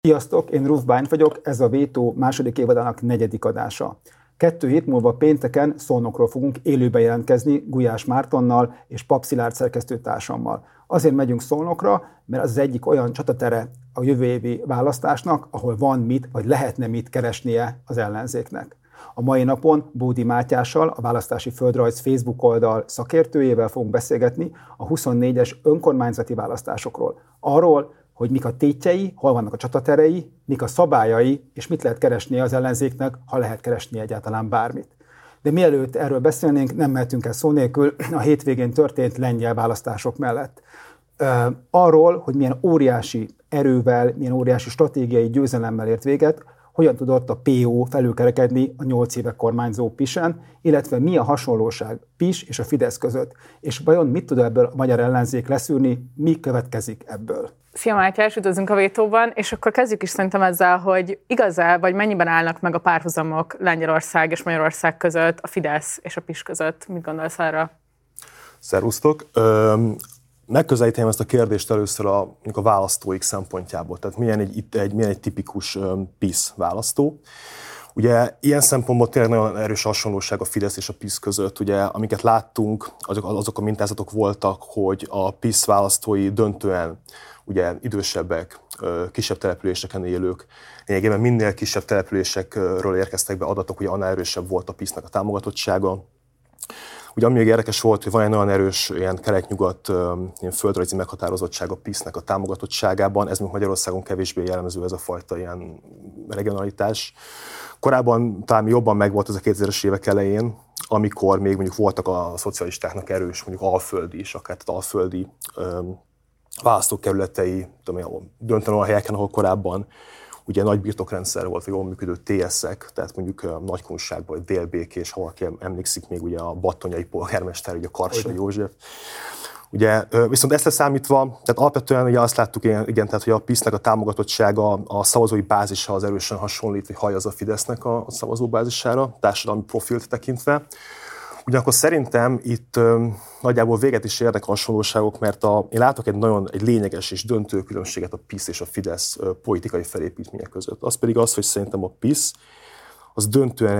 Sziasztok, én Ruf Bány vagyok, ez a Vétó második évadának 4. adása. 2 hét múlva pénteken Szolnokról fogunk élőben jelentkezni Gulyás Mártonnal és Pap Szilárd szerkesztőtársammal. Azért megyünk Szolnokra, mert az egyik olyan csatatere a jövő évi választásnak, ahol van mit, vagy lehetne mit keresnie az ellenzéknek. A mai napon Bódi Mátyással, a Választási Földrajz Facebook oldal szakértőjével fogunk beszélgetni a 24-es önkormányzati választásokról. Arról, hogy mik a tétjei, hol vannak a csataterei, mik a szabályai, és mit lehet keresnie az ellenzéknek, ha lehet keresni egyáltalán bármit. De mielőtt erről beszélnénk, nem mehetünk el szó nélkül a hétvégén történt lengyel választások mellett. Arról, hogy milyen óriási erővel, milyen óriási stratégiai győzelemmel ért véget, hogyan tudott a PO felülkerekedni a 8 éve kormányzó PIS-en, illetve mi a hasonlóság PIS és a Fidesz között, és vajon mit tud ebből a magyar ellenzék leszűrni, mi következik ebből. Szia Mátyás, üdvözlünk a Vétóban, és akkor kezdjük is szerintem ezzel, hogy igaz-e, vagy mennyiben állnak meg a párhuzamok Lengyelország és Magyarország között, a Fidesz és a PIS között. Mit gondolsz erre? Szervusztok! Megközelítem ezt a kérdést először a választóik szempontjából. Tehát milyen egy tipikus PIS választó. Ugye ilyen szempontból tényleg nagyon erős hasonlóság a Fidesz és a PIS között. Ugye, amiket láttunk, azok a mintázatok voltak, hogy a PIS választói döntően ugye idősebbek, kisebb településeken élők. Lényegében minél kisebb településekről érkeztek be adatok, ugye annál erősebb volt a PIS-nek a támogatottsága. Ugye ami még érdekes volt, hogy van egy nagyon erős ilyen kelet-nyugat ilyen földrajzi meghatározottság a PIS-nek a támogatottságában, ez még Magyarországon kevésbé jellemző ez a fajta ilyen regionalitás. Korábban talán jobban megvolt ez a 2000-es évek elején, amikor még mondjuk voltak a szocialistáknak erős, mondjuk alföldi is, akár alföldi választókerületei, döntően olyan helyeken, ahol korábban ugye nagy birtokrendszer volt, vagy jól működő TS-ek, tehát mondjuk Nagykunságban, vagy Délbékés, ha valaki emlékszik még ugye a battonyai polgármester, ugye Karsai József. Ugye, viszont ezt leszámítva, tehát alapvetően ugye azt láttuk, igen, tehát, hogy a PIS-nek a támogatottsága, a szavazói bázisa az erősen hasonlít, vagy hajaz a Fidesznek a szavazóbázisára, társadalmi profilt tekintve. Ugyanakkor szerintem itt nagyjából véget is érnek hasonlóságok, mert én látok egy lényeges és döntő különbséget a PIS és a Fidesz politikai felépítménye között. Az pedig az, hogy szerintem a PIS az döntően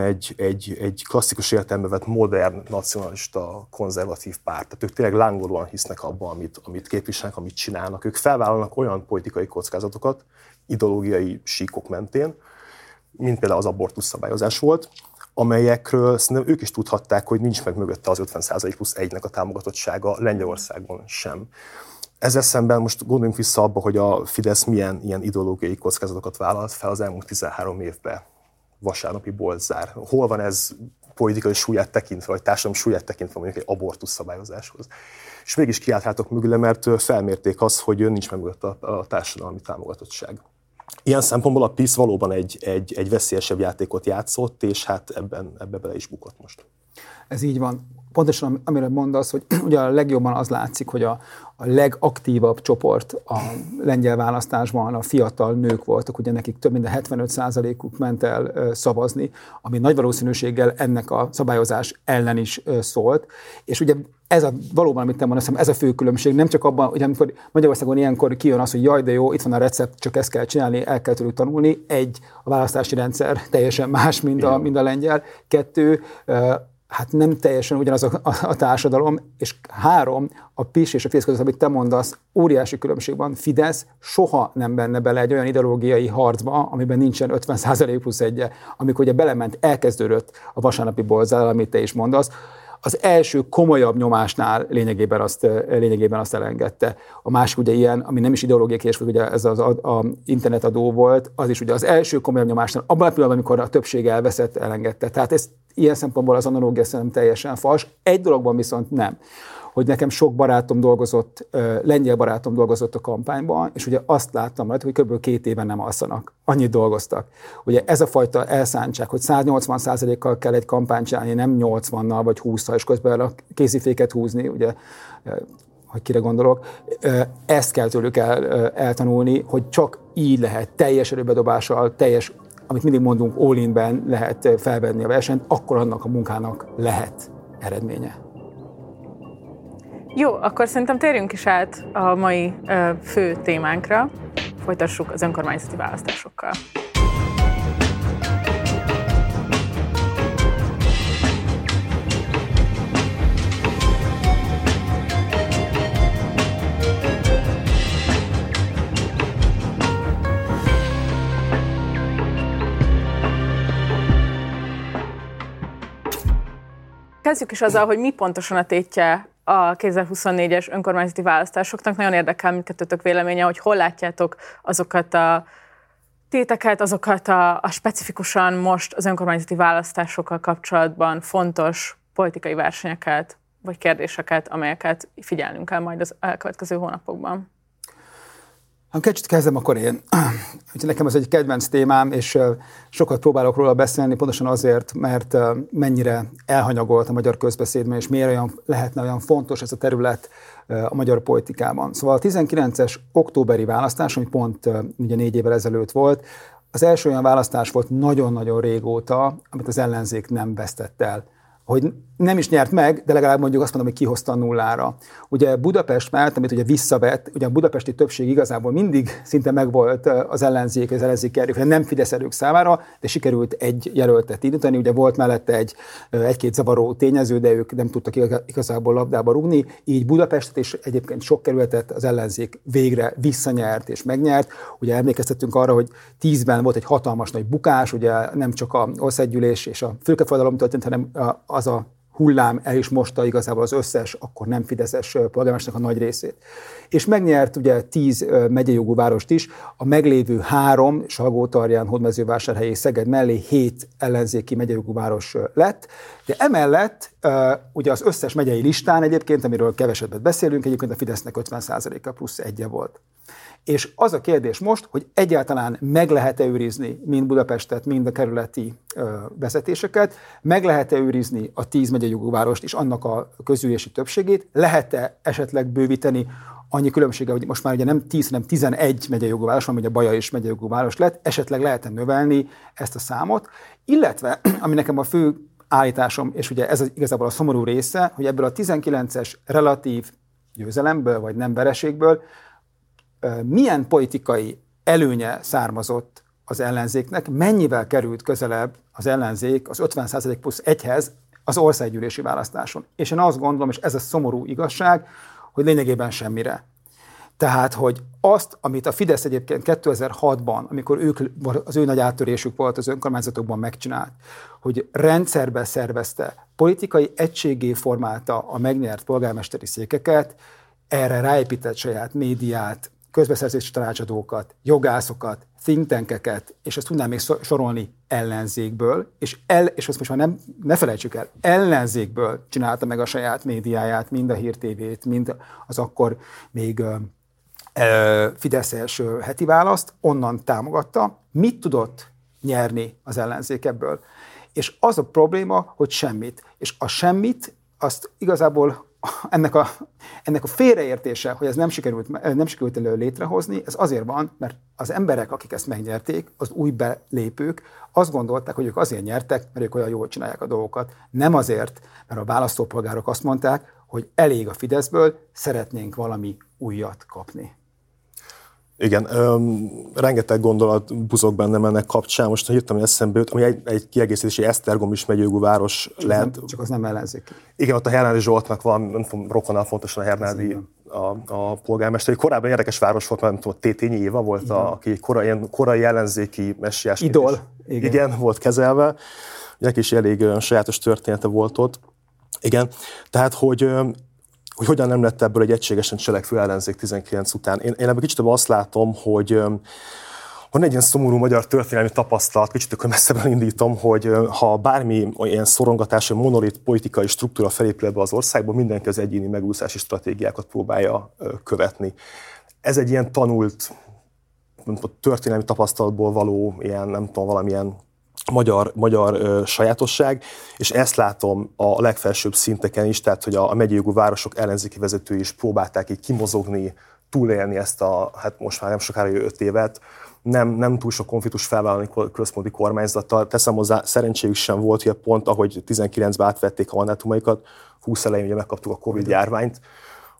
egy klasszikus értelembe vett modern, nacionalista, konzervatív párt. Tehát ők tényleg lángolóan hisznek abban, amit képviselnek, amit csinálnak. Ők felvállalnak olyan politikai kockázatokat, ideológiai síkok mentén, mint például az abortusz szabályozás volt, amelyekről szerintem ők is tudhatták, hogy nincs meg mögötte az 50% plusz 1-nek a támogatottsága Lengyelországban sem. Ezzel szemben most gondoljunk vissza abba, hogy a Fidesz milyen ilyen ideológiai kockázatokat vállalt fel az elmúlt 13 évben. Vasárnapi boltzár. Hol van ez politikai súlyát tekintve, vagy társadalmi súlyát tekintve mondjuk egy abortusz szabályozáshoz? És mégis kiállhatok mögüle, mert felmérték azt, hogy nincs meg mögött a társadalmi támogatottság. Ilyen szempontból a PIS valóban egy veszélyesebb játékot játszott, és hát ebbe bele is bukott most. Ez így van. Pontosan, amire mondasz, hogy ugye a legjobban az látszik, hogy a legaktívabb csoport a lengyel választásban a fiatal nők voltak, ugye nekik több mint 75%-uk ment el szavazni, ami nagy valószínűséggel ennek a szabályozás ellen is szólt. És ugye ez valóban, amit te mondasz, ez a fő különbség, nem csak abban, hogy amikor Magyarországon ilyenkor kijön az, hogy jaj, de jó, itt van a recept, csak ezt kell csinálni, el kell tőlük tanulni. 1, a választási rendszer teljesen más, mint a lengyel. 2, hát nem teljesen ugyanaz a társadalom, és 3, a PIS és a Fidesz között, amit te mondasz, óriási különbség van. Fidesz soha nem benne bele egy olyan ideológiai harcba, amiben nincsen 50% plusz 1, amikor ugye belement, elkezdődött a vasárnapi boltzár, amit te is mondasz, az első komolyabb nyomásnál lényegében azt elengedte. A másik ugye ilyen, ami nem is ideológiai kérdés volt, ugye ez az internetadó volt, az is ugye az első komolyabb nyomásnál, abban a pillanatban, amikor a többség elveszett, elengedte. Tehát ez ilyen szempontból az analógia szerintem teljesen fals. Egy dologban viszont nem, hogy nekem sok barátom dolgozott, lengyel barátom dolgozott a kampányban, és ugye azt láttam rajta, hogy kb. 2 éven nem alszanak. Annyit dolgoztak. Ugye ez a fajta elszántság, hogy 180%-kal kell egy kampányt csinálni, nem 80-nal vagy 20-al, és közben a kéziféket húzni, ugye, hogy kire gondolok, ezt kell tőlük eltanulni, hogy csak így lehet teljes erőbedobással, amit mindig mondunk, all-inben lehet felvenni a versenyt, akkor annak a munkának lehet eredménye. Jó, akkor szerintem térjünk is át a mai fő témánkra. folytassuk az önkormányzati választásokkal. Kezdjük is azzal, hogy mi pontosan a tétje a 2024-es önkormányzati választásoknak. Nagyon érdekel mindkettőtök véleménye, hogy hol látjátok azokat a téteket, azokat a specifikusan most az önkormányzati választásokkal kapcsolatban fontos politikai versenyeket vagy kérdéseket, amelyeket figyelnünk kell majd az elkövetkező hónapokban. Ha kicsit kezdem, akkor én. Nekem ez egy kedvenc témám, és sokat próbálok róla beszélni, pontosan azért, mert mennyire elhanyagolt a magyar közbeszédben, és miért lehetne olyan fontos ez a terület a magyar politikában. Szóval a 19-es októberi választás, ami pont ugye 4 évvel ezelőtt volt, az első olyan választás volt nagyon-nagyon régóta, amit az ellenzék nem vesztett el. Hogy nem is nyert meg, de legalább mondjuk azt mondom, hogy kihozta a nullára. Ugye Budapest mellett, amit ugye visszavett, ugye a budapesti többség igazából mindig szinte megvolt az ellenzéki erők, nem Fidesz erők számára, de sikerült egy jelöltet indítani. Ugye volt mellette egy-két zavaró tényező, de ők nem tudtak igazából labdába rúgni. Így Budapestet és egyébként sok kerületet az ellenzék végre visszanyert és megnyert. Ugye emlékeztettünk arra, hogy 10-ben volt egy hatalmas nagy bukás, ugye nem csak az országgyűlés és a fülkeforradalom történt, hanem az a hullám el is mosta igazából az összes, akkor nem fideszes polgármesternek a nagy részét. És megnyert ugye 10 megyei jogú várost is, a meglévő 3, Salgótarján, Hódmezővásárhely és Szeged mellé 7 ellenzéki megyei jogú város lett, de emellett ugye az összes megyei listán egyébként, amiről kevesebbet beszélünk, egyébként a Fidesznek 50%-a plusz 1 volt. És az a kérdés most, hogy egyáltalán meg lehet-e őrizni mind Budapestet, mind a kerületi vezetéseket, meg lehet-e őrizni a 10 megyei jogú várost és annak a közülési többségét, lehet-e esetleg bővíteni annyi különbsége, hogy most már ugye nem 10, hanem 11 megyei jogú város van, ugye Baja is megyei jogú város lett, esetleg lehet-e növelni ezt a számot, illetve, ami nekem a fő állításom, és ugye ez igazából a szomorú része, hogy ebből a 19-es relatív győzelemből, vagy nem vereségből milyen politikai előnye származott az ellenzéknek, mennyivel került közelebb az ellenzék az 50% plusz 1-hez az országgyűlési választáson. És én azt gondolom, és ez a szomorú igazság, hogy lényegében semmire. Tehát, hogy azt, amit a Fidesz egyébként 2006-ban, amikor az ő nagy áttörésük volt az önkormányzatokban megcsinált, hogy rendszerbe szervezte, politikai egységgé formálta a megnyert polgármesteri székeket, erre ráépített saját médiát, közbeszerzési tanácsadókat, jogászokat, think tankeket, és ezt tudnám még sorolni ellenzékből, és azt most már ne felejtsük el, ellenzékből csinálta meg a saját médiáját, mind a Hír TV-t, mind az akkor még fideszes heti választ, onnan támogatta. Mit tudott nyerni az ellenzék ebből? És az a probléma, hogy semmit. És a semmit, azt igazából ennek a félreértése, hogy ez nem sikerült létrehozni, ez azért van, mert az emberek, akik ezt megnyerték, az új belépők, azt gondolták, hogy ők azért nyertek, mert ők olyan jól csinálják a dolgokat. Nem azért, mert a választópolgárok azt mondták, hogy elég a Fideszből, szeretnénk valami újat kapni. Igen, rengeteg gondolat buzog bennem ennek kapcsán. Most hirtelen eszembe jut, ami egy kiegészítési Esztergom is megyei jogú város lehet. Csak az nem ellenzéki. Igen, ott a Hernádi Zsoltnak van, nem tudom, rokonnal fontosan a Hernádi a polgármester. Korábban érdekes város volt, mert nem tudom, Tétényi Éva volt, aki korai ellenzéki messiás. Idol. Igen, volt kezelve. Neki is elég sajátos története volt ott. Igen, tehát, hogy hogyan nem lett ebből egy egységesen cselekvő ellenzék 19 után. Én ebben kicsit azt látom, hogy van egy ilyen szomorú magyar történelmi tapasztalat, kicsit akkor messzebben indítom, hogy ha bármi olyan szorongatás, vagy monolit politikai struktúra felépül ebbe az országban, mindenki az egyéni megúszási stratégiákat próbálja követni. Ez egy ilyen tanult történelmi tapasztalatból való ilyen, nem tudom, valamilyen magyar sajátosság, és ezt látom a legfelsőbb szinteken is, tehát hogy a megyei jogú városok ellenzéki vezetői is próbálták így kimozogni, túlélni ezt hát most már nem sokára 5 évet, nem túl sok konfliktus felvállalni központi kormányzattal. Teszem hozzá, szerencséjük sem volt, hogy pont ahogy 19-ben átvették a mandátumaikat, 20 elején ugye megkaptuk a Covid járványt,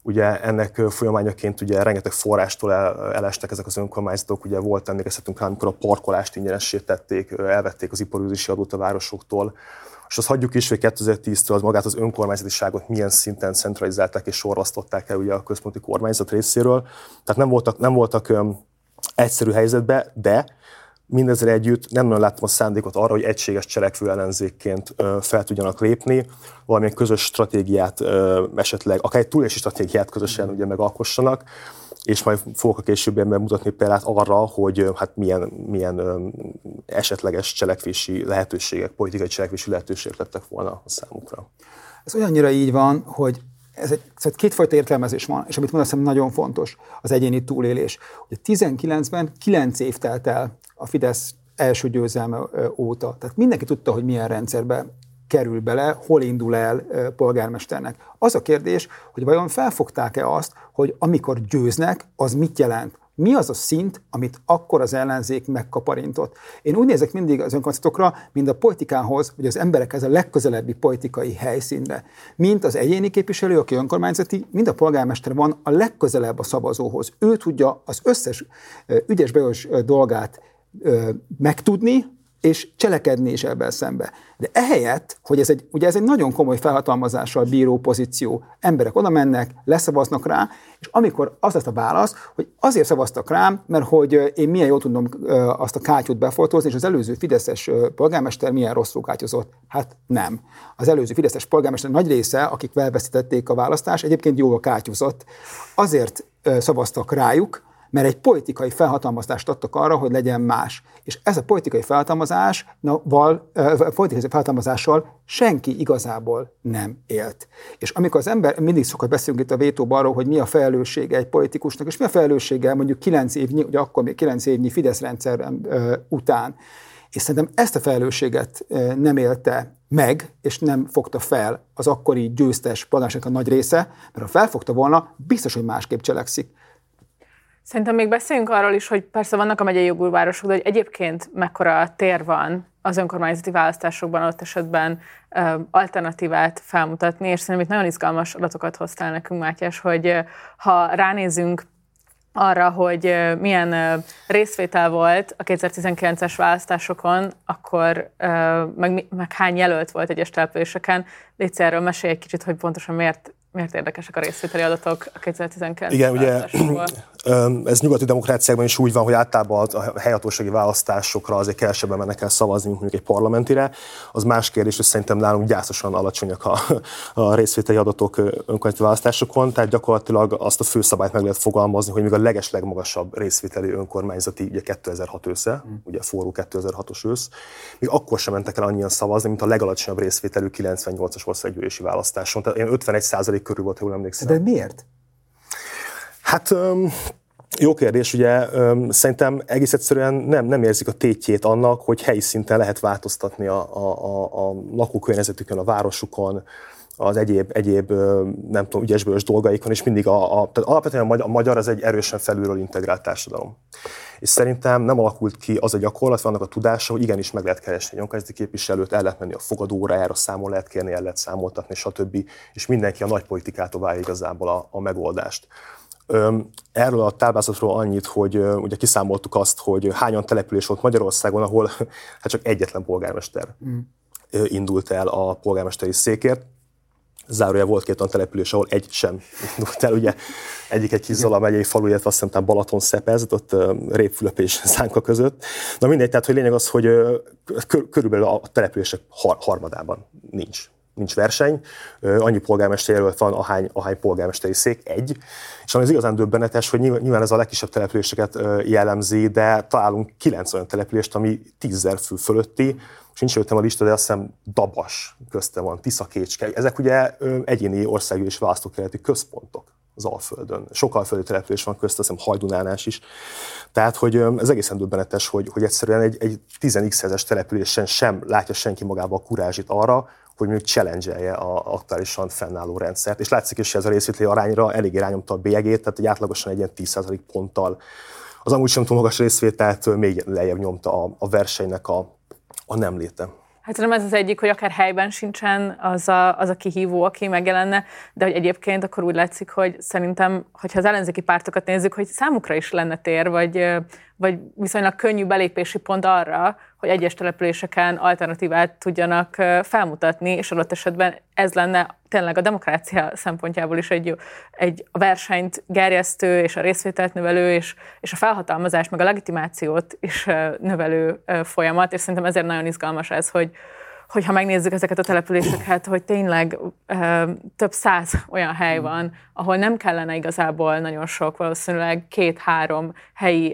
Ugye ennek folyamányaként ugye rengeteg forrástól elestek ezek az önkormányzatok, ugye volt, emlékezhetünk rá, amikor a parkolást ingyenessé tették, elvették az iparűzési adót a városoktól, és azt hagyjuk is, hogy 2010-től az magát az önkormányzatiságot milyen szinten centralizálták és sorvasztották el ugye a központi kormányzat részéről. Tehát nem voltak egyszerű helyzetben, de mindezzel együtt nem nagyon láttam a szándékot arra, hogy egységes cselekvő ellenzékként fel tudjanak lépni, valamilyen közös stratégiát, esetleg akár egy túlélési stratégiát közösen ugye megalkossanak, és majd fogok a későbbiekben mutatni példát arra, hogy hát milyen esetleges cselekvési lehetőségek, politikai cselekvési lehetőségek lettek volna a számukra. Ez olyannyira így van, hogy szóval kétfajta értelmezés van, és amit mondasz, nagyon fontos, az egyéni túlélés. Ugye 19-ben 9 év telt el a Fidesz első győzelme óta. Tehát mindenki tudta, hogy milyen rendszerbe kerül bele, hol indul el polgármesternek. Az a kérdés, hogy vajon felfogták-e azt, hogy amikor győznek, az mit jelent? Mi az a szint, amit akkor az ellenzék megkaparintott? Én úgy nézek mindig az önkormányzatokra, mint a politikához, vagy az emberekhez a legközelebbi politikai helyszínre. Mint az egyéni képviselő, aki önkormányzati, mind a polgármester van a legközelebb a szavazóhoz. Ő tudja az összes ügyes bejós dolgát megtudni, és cselekedni is ebben szembe. De ehelyett, hogy ez egy nagyon komoly felhatalmazással bíró pozíció, emberek oda mennek, leszavaznak rá, és amikor az lesz a válasz, hogy azért szavaztak rám, mert hogy én milyen jól tudom azt a kátyút befoltozni, és az előző fideszes polgármester milyen rosszul kátyúzott. Hát nem. Az előző fideszes polgármester nagy része, akik elveszítették a választást, egyébként jól kátyúzott. Azért szavaztak rájuk, mert egy politikai felhatalmazást adtak arra, hogy legyen más. És ez a politikai felhatalmazással senki igazából nem élt. És amikor az ember, mindig sokat beszélünk itt a vétóban arról, hogy mi a felelőssége egy politikusnak, és mi a felelőssége mondjuk 9 évnyi, ugye akkor még 9 évnyi Fidesz rendszer után. És szerintem ezt a felelősséget nem élte meg, és nem fogta fel az akkori győztes polgármesternek a nagy része, mert ha felfogta volna, biztos, hogy másképp cselekszik. Szerintem még beszéljünk arról is, hogy persze vannak a megyei jogú városok, de hogy egyébként mekkora tér van az önkormányzati választásokban, ott esetben alternatívát felmutatni, és szerintem itt nagyon izgalmas adatokat hoztál nekünk, Mátyás, hogy ha ránézünk arra, hogy milyen részvétel volt a 2019-es választásokon, akkor meg hány jelölt volt egyes településeken. Légy erről mesélj egy kicsit, hogy pontosan miért érdekesek a részvételi adatok a 2019 Igen, ugye ez nyugati demokráciákban is úgy van, hogy általában a helyhatósági választásokra azért kevesebben mennek el szavazni, mint mondjuk egy parlamentire. Az más kérdés, hogy szerintem nálunk gyászosan alacsonyak a részvételi adatok önkormányzati választásokon, tehát gyakorlatilag azt a főszabályt meg lehet fogalmazni, hogy még a legeslegmagasabb részvételi önkormányzati, ugye 2006 ősze, ugye forró 2006-os ősz, még akkor sem mentek el annyian szavazni, mint a legalacsonyabb részvételű 98-as országgyűlési választáson. Tehát ilyen 51% körül volt, ha jól emlékszem. De miért? Hát jó kérdés, ugye szerintem egész egyszerűen nem érzik a tétjét annak, hogy helyi szinten lehet változtatni a lakókörnyezetükön, a városukon, az egyéb nem tudom, ügyesbős dolgaikon, és mindig tehát alapvetően a magyar az egy erősen felülről integrált társadalom. És szerintem nem alakult ki az a gyakorlat, annak a tudása, hogy igenis meg lehet keresni egy önkormányzati képviselőt, el lehet menni a fogadóórájára, számon lehet kérni, el lehet számoltatni, stb. És mindenki a nagy politikától várja igazából a megoldást. Erről a táblázatról annyit, hogy ugye kiszámoltuk azt, hogy hányan település volt Magyarországon, ahol hát csak egyetlen polgármester indult el a polgármesteri székért. Zárójel volt 2 olyan település, ahol egy sem indult el, ugye egyik egy kis Zala megyei falu, illetve azt hiszem Balatonszepez, ott Répfülöp és Zánka között. Na mindegy, tehát hogy lényeg az, hogy körülbelül a települések harmadában nincs verseny, annyi polgármester jelölt van, ahány polgármesteri szék, egy. És ami az igazán döbbenetes, hogy nyilván ez a legkisebb településeket jellemzi, de találunk 9 olyan települést, ami 10 000 fő fölötti, és nincs előttem a lista, de azt hiszem Dabas közte van, Tiszakécske. Ezek ugye egyéni országgyűlési választókerületi központok az Alföldön. Sok alföldi település van közt, azt hiszem Hajdunánás is. Tehát, hogy ez egészen döbbenetes, hogy egyszerűen egy 10x-es településen sem látja senki magába a kurázsit arra, hogy mondjuk challenge-elje az aktuálisan fennálló rendszert. És látszik is, hogy ez a részvételi arányra elég irányomta a bélyegét, tehát egy átlagosan egy ilyen 10% ponttal. Az amúgy sem túl magas részvételt még lejjebb nyomta a versenynek a nem léte. Hát nem ez az egyik, hogy akár helyben sincsen az a kihívó, aki megjelenne, de hogy egyébként akkor úgy látszik, hogy szerintem, hogyha az ellenzéki pártokat nézzük, hogy számukra is lenne tér, vagy viszonylag könnyű belépési pont arra, hogy egyes településeken alternatívát tudjanak felmutatni, és adott esetben ez lenne tényleg a demokrácia szempontjából is egy a versenyt gerjesztő, és a részvételt növelő, és a felhatalmazást, meg a legitimációt is növelő folyamat, és szerintem ezért nagyon izgalmas ez, hogy ha megnézzük ezeket a településeket, hogy tényleg több 100 olyan hely van, ahol nem kellene igazából nagyon sok, valószínűleg 2-3 helyi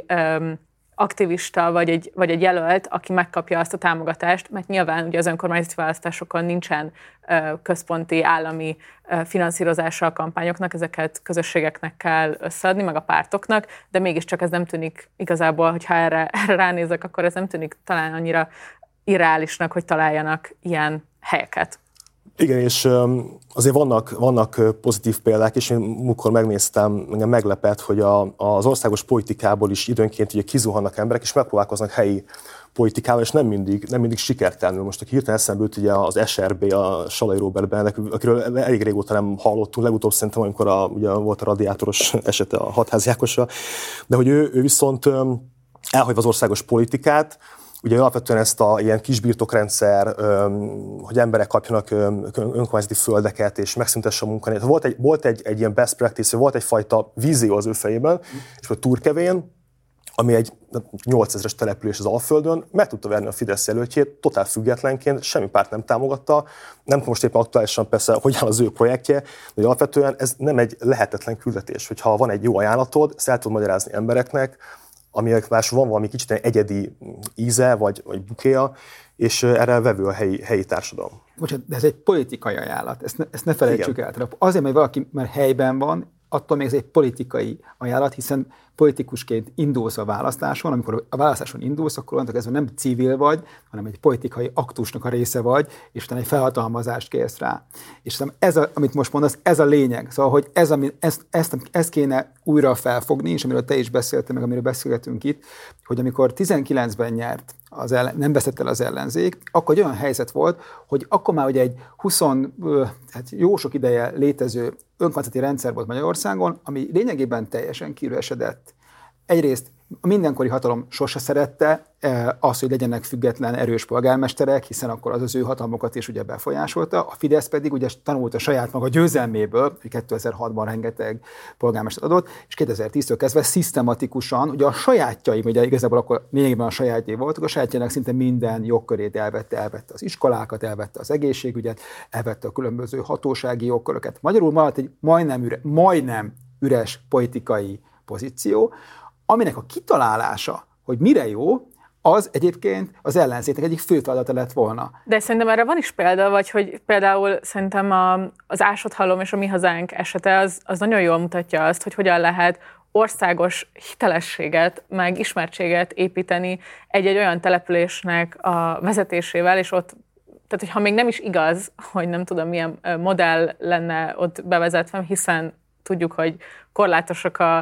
aktivista vagy egy jelölt, aki megkapja azt a támogatást, mert nyilván ugye az önkormányzati választásokon nincsen központi állami finanszírozása a kampányoknak, ezeket közösségeknek kell összeadni, meg a pártoknak, de mégiscsak ez nem tűnik igazából, hogyha erre ránézek, akkor ez nem tűnik talán annyira irreálisnak, hogy találjanak ilyen helyeket. Igen, és azért vannak pozitív példák, és én múltkor megnéztem, engem meglepett, hogy az országos politikából is időnként ugye kizuhannak emberek, és megpróbálkoznak helyi politikával, és nem mindig sikertelenül. Most aki hirtelen eszembe jut ugye az SRB, a Salai Róbert Benedek, akiről elég régóta nem hallottunk, legutóbb szerintem, amikor ugye volt a radiátoros esete a Hatházi Ákosra, de hogy ő viszont elhagyva az országos politikát, ugye alapvetően ezt a ilyen kisbirtokrendszer, hogy emberek kapjanak önkormányzati földeket, és megszüntesse a munkanélküliséget. Volt egy ilyen best practice, volt egyfajta vízió az ő fejében, és a Turkevén, ami egy 8000-es település az Alföldön, meg tudta verni a Fidesz jelöltjét, totál függetlenként, semmi párt nem támogatta. Nem tudom most éppen aktuálisan persze, hogy áll az ő projektje, de alapvetően ez nem egy lehetetlen küldetés, hogyha van egy jó ajánlatod, ezt el tudod magyarázni embereknek, aminek más van valami kicsit egyedi íze, vagy bukéja, és erre vevő a helyi társadalom. Bocsánat, de ez egy politikai ajánlat, ezt ne felejtsük el. Azért, mert valaki már helyben van, attól még ez egy politikai ajánlat, hiszen politikusként indulsz a választáson, amikor a választáson indulsz, akkor onnantól kezdve nem civil vagy, hanem egy politikai aktusnak a része vagy, és utána egy felhatalmazást kérsz rá. És ez, amit most mondasz, ez a lényeg. Szóval, hogy ezt kéne újra felfogni, és amiről te is beszéltél, meg amiről beszélgetünk itt, hogy amikor 19-ben nyert, nem veszett el az ellenzék, akkor egy olyan helyzet volt, hogy akkor már ugye egy jó sok ideje létező önkormányzati rendszer volt Magyarországon, ami lényegében teljesen kiüresedett. Egyrészt a mindenkori hatalom sose szerette azt, hogy legyenek független, erős polgármesterek, hiszen akkor az ő hatalmukat is ugye befolyásolta. A Fidesz pedig ugye tanult a saját maga győzelméből, hogy 2006-ban rengeteg polgármestert adott, és 2010-től kezdve szisztematikusan, ugye a sajátjai, ugye igazából akkor lényegében a sajátjai voltak, a sajátjának szinte minden jogkörét elvette az iskolákat, elvette az egészségügyet, elvette a különböző hatósági jogköröket. Magyarul maradt egy majdnem üres politikai pozíció, aminek a kitalálása, hogy mire jó, az egyébként az ellenzéknek egyik fő feladata lett volna. De szerintem erre van is példa, vagy hogy például szerintem az Ásott Halom és a Mi Hazánk esete az nagyon jól mutatja azt, hogy hogyan lehet országos hitelességet, meg ismertséget építeni egy olyan településnek a vezetésével, és ott, tehát hogyha még nem is igaz, hogy nem tudom milyen modell lenne ott bevezetve, hiszen tudjuk, hogy korlátosak a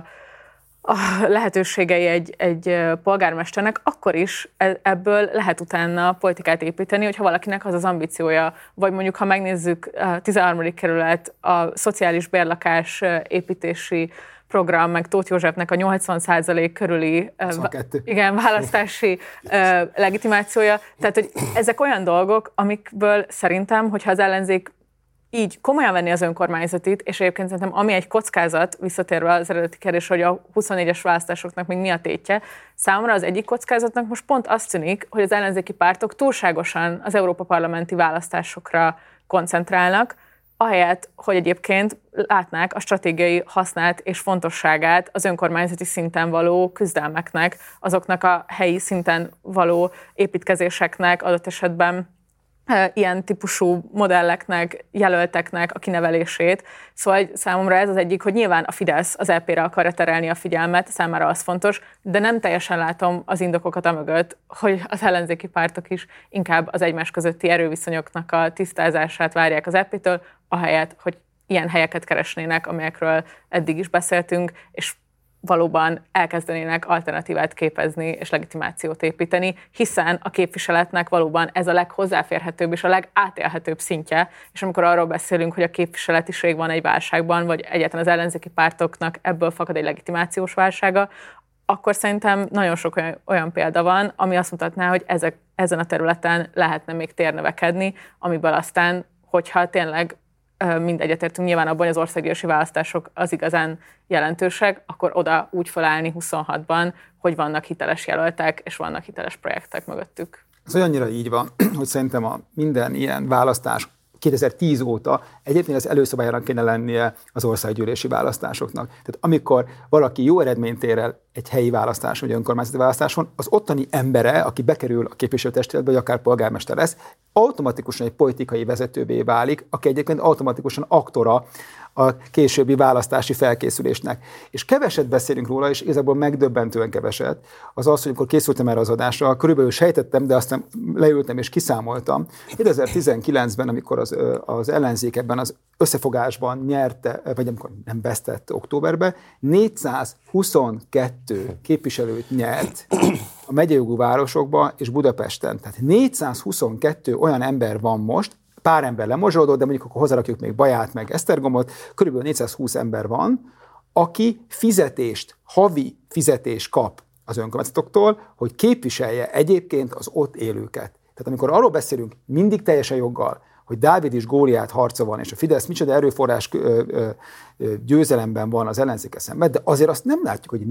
lehetőségei egy polgármesternek, akkor is ebből lehet utána politikát építeni, hogyha valakinek az az ambíciója. Vagy mondjuk, ha megnézzük a 13. kerület, a szociális bérlakás építési program, meg Tóth Józsefnek a 80% körüli választási legitimációja. Tehát, hogy ezek olyan dolgok, amikből szerintem, hogyha az ellenzék így komolyan venni az önkormányzatit, és egyébként szerintem ami egy kockázat, visszatérve az eredeti kérdés, hogy a 24-es választásoknak még mi a tétje, számomra az egyik kockázatnak most pont azt tűnik, hogy az ellenzéki pártok túlságosan az Európa-parlamenti választásokra koncentrálnak, ahelyett, hogy egyébként látnák a stratégiai hasznát és fontosságát az önkormányzati szinten való küzdelmeknek, azoknak a helyi szinten való építkezéseknek, adott esetben ilyen típusú modelleknek, jelölteknek a kinevelését. Szóval számomra ez az egyik, hogy nyilván a Fidesz az EP-re akarja terelni a figyelmet, számára az fontos, de nem teljesen látom az indokokat amögött, hogy az ellenzéki pártok is inkább az egymás közötti erőviszonyoknak a tisztázását várják az EP-től, ahelyett, hogy ilyen helyeket keresnének, amelyekről eddig is beszéltünk, és valóban elkezdenének alternatívát képezni és legitimációt építeni, hiszen a képviseletnek valóban ez a leghozzáférhetőbb és a legátélhetőbb szintje, és amikor arról beszélünk, hogy a képviseletiség van egy válságban, vagy egyáltalán az ellenzéki pártoknak ebből fakad egy legitimációs válsága, akkor szerintem nagyon sok olyan példa van, ami azt mutatná, hogy ezen a területen lehetne még térnövekedni, amiből aztán, hogyha tényleg mind egyetértünk nyilván abban, hogy az országgyűlési választások az igazán jelentősek, akkor oda úgy felállni 26-ban, hogy vannak hiteles jelöltek, és vannak hiteles projektek mögöttük. Ez olyannyira így van, hogy szerintem minden ilyen választás 2010 óta egyébként az előszobájának kéne lennie az országgyűlési választásoknak. Tehát amikor valaki jó eredményt ér el egy helyi választáson, vagy önkormányzati választáson, az ottani embere, aki bekerül a képviselőtestületbe, vagy akár polgármester lesz, automatikusan egy politikai vezetővé válik, aki egyébként automatikusan aktora a későbbi választási felkészülésnek. És keveset beszélünk róla, és igazából megdöbbentően keveset, az, hogy amikor készültem erre az adásra, körülbelül sejtettem, de aztán leültem és kiszámoltam. 2019-ben, amikor az ellenzék ebben az összefogásban nyerte, vagy amikor nem vesztett októberben, 422 képviselőt nyert a megyejogú városokban és Budapesten. Tehát 422 olyan ember van most, pár ember lemozsolódott, de mondjuk akkor hozzárakjuk még Baját, meg Esztergomot, körülbelül 420 ember van, aki havi fizetést kap az önkormányzatoktól, hogy képviselje egyébként az ott élőket. Tehát amikor arról beszélünk mindig teljesen joggal, hogy Dávid és Góliát harca van, és a Fidesz micsoda erőforrás győzelemben van az ellenzékkel szemben, de azért azt nem látjuk, hogy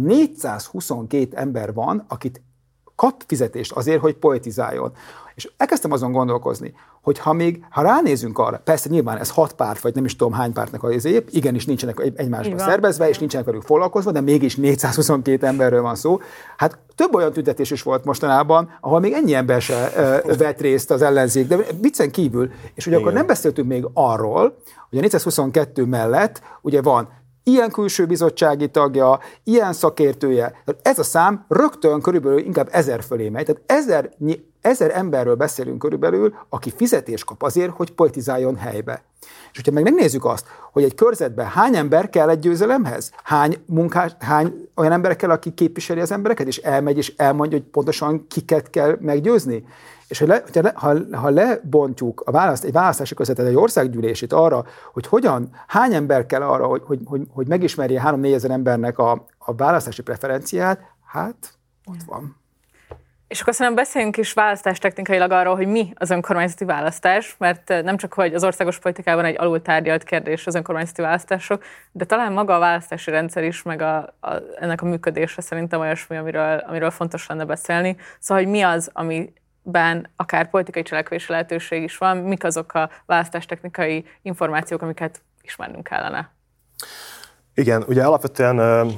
422 ember van, akit kap fizetést azért, hogy poetizáljon. És elkezdtem azon gondolkozni, hogy ha ránézünk arra, persze nyilván ez 6 párt, vagy nem is tudom hány pártnak az épp, igenis nincsenek egymásba szervezve, és nincsenek velük foglalkozva, de mégis 422 emberről van szó. Hát több olyan tüntetés is volt mostanában, ahol még ennyi ember se vett részt az ellenzék, de viccen kívül. És ugye akkor nem beszéltünk még arról, hogy a 422 mellett ugye van ilyen külső bizottsági tagja, ilyen szakértője. Ez a szám rögtön körülbelül inkább 1000 fölé megy. Tehát 1000 emberről beszélünk körülbelül, aki fizetést kap azért, hogy politizáljon helybe. És hogyha megnézzük azt, hogy egy körzetben hány ember kell egy győzelemhez, hány olyan ember kell, aki képviseli az embereket, és elmegy és elmondja, hogy pontosan kiket kell meggyőzni. És ha lebontjuk egy választási körzetet, egy országgyűlését arra, hogy hány ember kell arra, hogy megismerje 3-4 ezer embernek a választási preferenciát, hát ott van. És akkor szerintem beszéljünk is választástechnikailag arról, hogy mi az önkormányzati választás, mert nem csak, hogy az országos politikában egy alultárgyalt kérdés az önkormányzati választások, de talán maga a választási rendszer is, meg ennek a működése szerintem olyasmi, amiről fontos lenne beszélni. Szóval, hogy mi az, amiben akár politikai cselekvési lehetőség is van, mik azok a választástechnikai információk, amiket ismernünk kellene. Igen, ugye alapvetően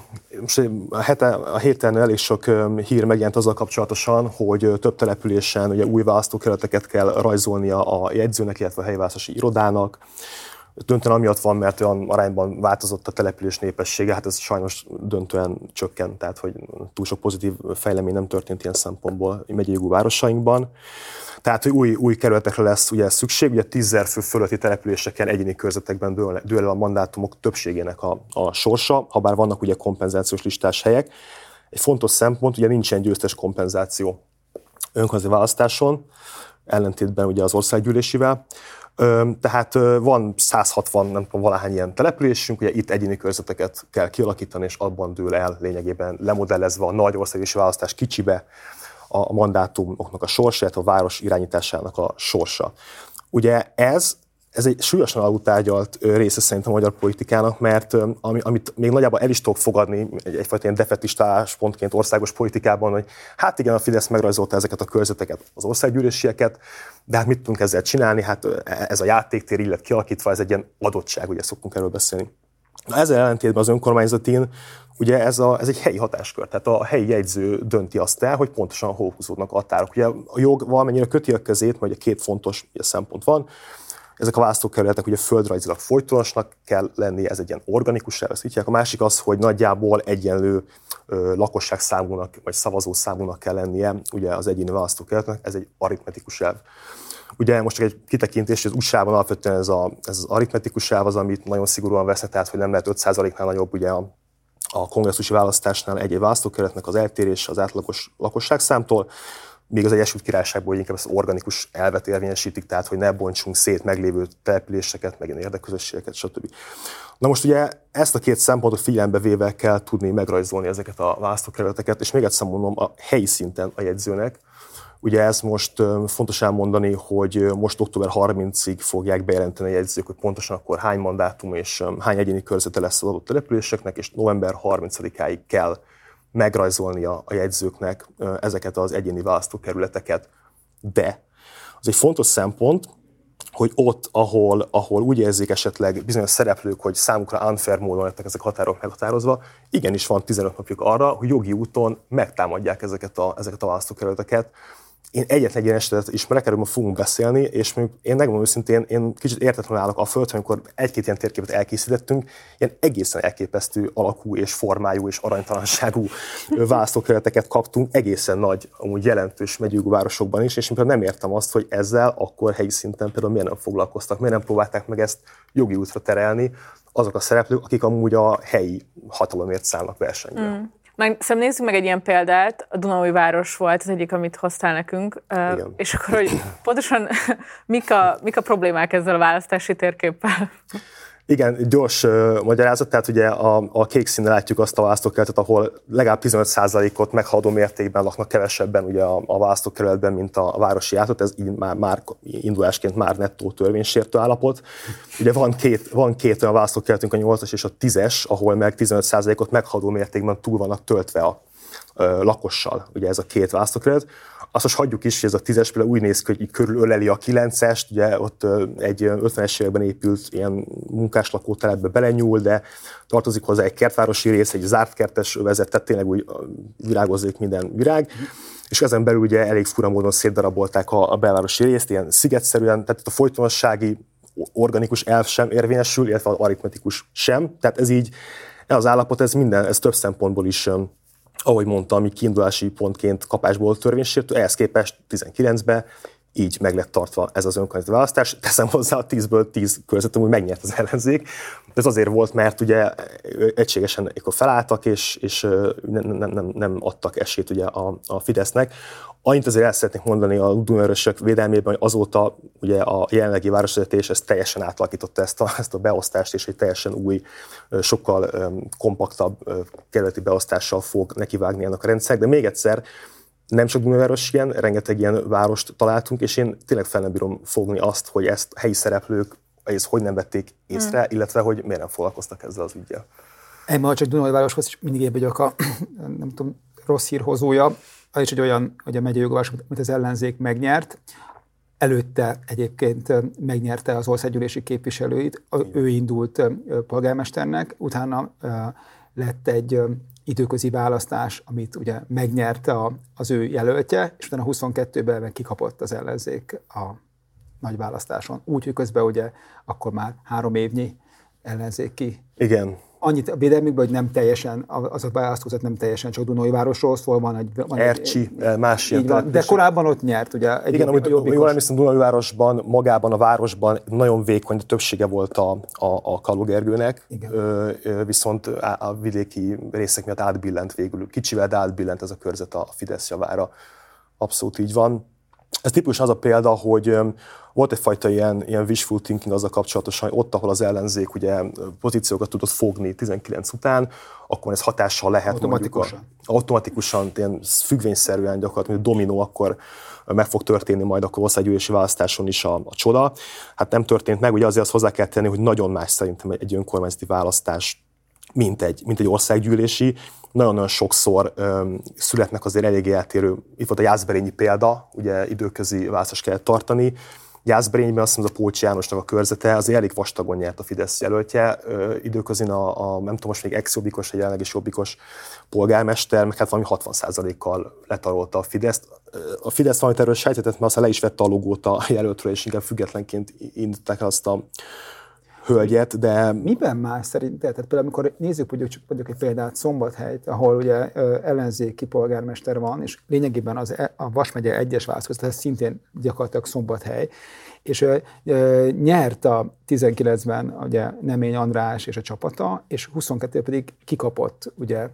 a héten elég sok hír megjelent azzal kapcsolatosan, hogy több településen ugye új választókerületeket kell rajzolnia a jegyzőnek, illetve a helyi választási irodának. Döntően amiatt van, mert olyan arányban változott a település népessége, hát ez sajnos döntően csökkent, tehát hogy túl sok pozitív fejlemény nem történt ilyen szempontból megyei jogú városainkban. Tehát, hogy új kerületekre lesz ugye szükség, ugye 10 000 fő fölötti településeken, egyéni körzetekben dől el a mandátumok többségének a sorsa, habár vannak ugye kompenzációs listás helyek. Egy fontos szempont, ugye nincsen győztes kompenzáció önkormányzati választáson, ellentétben ugye az országgyűlésivel. Tehát van 160, nem tudom, valahány ilyen településünk, ugye itt egyéni körzeteket kell kialakítani, és abban dől el lényegében lemodellezve a nagy országgyűlési választás kicsibe a mandátumoknak a sorsa, illetve a város irányításának a sorsa. Ugye ez egy súlyosan alultárgyalt része szerintem a magyar politikának, mert amit még nagyjából el is tudok fogadni egyfajta ilyen defetista álláspontként országos politikában, hogy hát igen, a Fidesz megrajzolta ezeket a körzeteket, az országgyűlésieket, de hát mit tudunk ezzel csinálni? Hát ez a játéktér illet kialakítva, ez egy ilyen adottság, ugye szoktunk erről beszélni. Na, ezzel ellentétben az önkormányzatin ugye ez egy helyi hatáskör, tehát a helyi jegyző dönti azt el, hogy pontosan hol húzódnak a határok. Ugye a jog valamennyire köti a kezét, mert ugye két fontos szempont van. Ezek a választókerületek ugye földrajzilag folytonosnak kell lennie, ez egy ilyen organikus elv, ezt hívják. A másik az, hogy nagyjából egyenlő lakosságszámúnak vagy szavazószámúnak kell lennie ugye az egyéni választókerületnek, ez egy aritmetikus elv. Ugye most csak egy kitekintés, hogy az USA-ban alapvetően ez az aritmetikus elv az, amit nagyon szigorúan vesznek, tehát hogy nem lehet 5%-nál nagyobb ugye a a kongresszusi választásnál egy választókerületnek az eltérése az átlagos lakosságszámtól, míg az Egyesült Királyságból inkább ezt organikus elvet érvényesítik, tehát hogy ne bontsunk szét meglévő településeket, meg érdekközösségeket, stb. Na most ugye ezt a két szempontot figyelembe véve kell tudni megrajzolni ezeket a választókerületeket, és még egyszer mondom, a helyi szinten a jegyzőnek. Ugye ez most fontos elmondani, hogy most október 30-ig fogják bejelenteni a jegyzők, hogy pontosan akkor hány mandátum és hány egyéni körzete lesz az adott településeknek, és november 30-áig kell megrajzolnia a jegyzőknek ezeket az egyéni választókerületeket. De az egy fontos szempont, hogy ott, ahol úgy érzik esetleg bizonyos szereplők, hogy számukra unfair módon lettek ezek határok meghatározva, igenis van 15 napjuk arra, hogy jogi úton megtámadják ezeket a választókerületeket. Én egyetlen egy ilyen esetet ismerek, erről ma fogunk beszélni, és mondjuk én megmondom őszintén, én kicsit értetlenül állok a föld, amikor egy-két ilyen térképet elkészítettünk, ilyen egészen elképesztő alakú és formájú és aranytalanságú választókerületeket kaptunk, egészen nagy, amúgy jelentős megyőgú városokban is, és én például nem értem azt, hogy ezzel akkor helyi szinten például miért nem foglalkoztak, miért nem próbálták meg ezt jogi útra terelni azok a szereplők, akik amúgy a helyi hatalomért szállnak versenyben. Nézzük meg egy ilyen példát, a Dunaújváros volt az egyik, amit hoztál nekünk, és akkor, hogy pontosan mik a problémák ezzel a választási térképpel? Igen, gyors magyarázat, tehát ugye a kék színnel látjuk azt a választókerületet, ahol legalább 15%-ot meghaladó mértékben laknak kevesebben ugye a választókerületben, mint a városi átlagot, ez így már indulásként már nettó törvénysértő állapot. Ugye van két olyan választókerületünk, a 8-as és a 10-es, ahol meg 15%-ot meghaladó mértékben túl vannak töltve a lakossal, ugye ez a két választókerület. Azt most hagyjuk is, hogy ez a 10-es például úgy néz ki, hogy így körülöleli a 9-est, ugye ott egy 50-es években épült ilyen munkáslakótelepbe belenyúl, de tartozik hozzá egy kertvárosi rész, egy zárt kertes övezet, tehát tényleg úgy virágozzék minden virág. És ezen belül ugye elég fura módon szétdarabolták a belvárosi részt, ilyen szigetszerűen, tehát a folytonossági organikus elv sem érvényesül, illetve az aritmetikus sem. Tehát ez így, ez az állapot, ez több szempontból is, ahogy mondtam, ami kiindulási pontként kapásból törvénysértő, ehhez képest 19-ben így meg lett tartva ez az önkormányzati választás. Teszem hozzá, a 10-ből 10 körzetem úgy megnyert az ellenzék. Ez azért volt, mert ugye egységesen felálltak, és nem adtak esélyt ugye a Fidesznek. Annyit azért el szeretnék mondani a Dunaújvárosok védelmében, hogy azóta ugye a jelenlegi városvezetés ezt teljesen átalakította ezt a beosztást, és egy teljesen új, sokkal kompaktabb kerületi beosztással fog nekivágni ennek a rendszernek. De még egyszer, nem csak Dunaújváros ilyen, rengeteg ilyen várost találtunk, és én tényleg fel nem bírom fogni azt, hogy ezt a helyi szereplők ezt hogy nem vették észre, illetve hogy miért nem foglalkoztak ezzel az üggyel. Én ma csak Dunaújvároshoz is mindig én vagyok a nem tudom, rossz hírhozója. Az is egy olyan, hogy a megyei jogváros, amit az ellenzék megnyert, előtte egyébként megnyerte az országgyűlési képviselőit, ő indult polgármesternek, utána lett egy időközi választás, amit ugye megnyerte az ő jelöltje, és utána 22-ben meg kikapott az ellenzék a nagy választáson. Úgyhogy közben ugye akkor már 3 évnyi ellenzéki. Igen. Annyit a védelmükben, hogy nem teljesen, az a választózat nem teljesen csak Dunaújvárosról szól, van Ercsi, más ilyen. De korábban ott nyert, ugye? Igen, amit jól emlékszem, Dunaújvárosban, magában a városban nagyon vékony többsége volt a Kaló Gergőnek, viszont a vidéki részek miatt átbillent végül, kicsivel, de átbillent ez a körzet a Fidesz javára. Abszolút így van. Ez tipikusan az a példa, hogy volt egyfajta ilyen wishful thinking azzal kapcsolatosan, hogy ott, ahol az ellenzék ugye pozíciókat tudott fogni 19 után, akkor ez hatással lehet automatikusan ilyen függvényszerűen gyakorlatilag dominó, akkor meg fog történni majd akkor országgyűlési választáson is a csoda. Hát nem történt meg, ugye azért azt hozzá kell tenni, hogy nagyon más szerintem egy önkormányzati választás, mint egy országgyűlési. Nagyon-nagyon sokszor születnek azért eléggé eltérő. Itt volt a Jászberényi példa, ugye időközi választást kellett tartani. Jászberényben azt hiszem, a Pócsi Jánosnak a körzete azért elég vastagon nyert a Fidesz jelöltje. Időközin a nem tudom, most még ex-jobbikos, egy jelenleg is jobbikos polgármester, meg hát valami 60%-kal letarolta a Fideszt. A Fidesz valamit erről sejtetett, mert aztán le is vette a logót a jelöltről, és inkább függetlenként indították azt a hölgyet, de... Miben más szerinted? Tehát például, amikor nézzük mondjuk egy példát, Szombathelyt, ahol ugye ellenzéki polgármester van, és lényegében a Vas megye 1-es választás, tehát szintén gyakorlatilag Szombathely, és nyert a 19-ben ugye Nemény András és a csapata, és 22 pedig kikapott ugye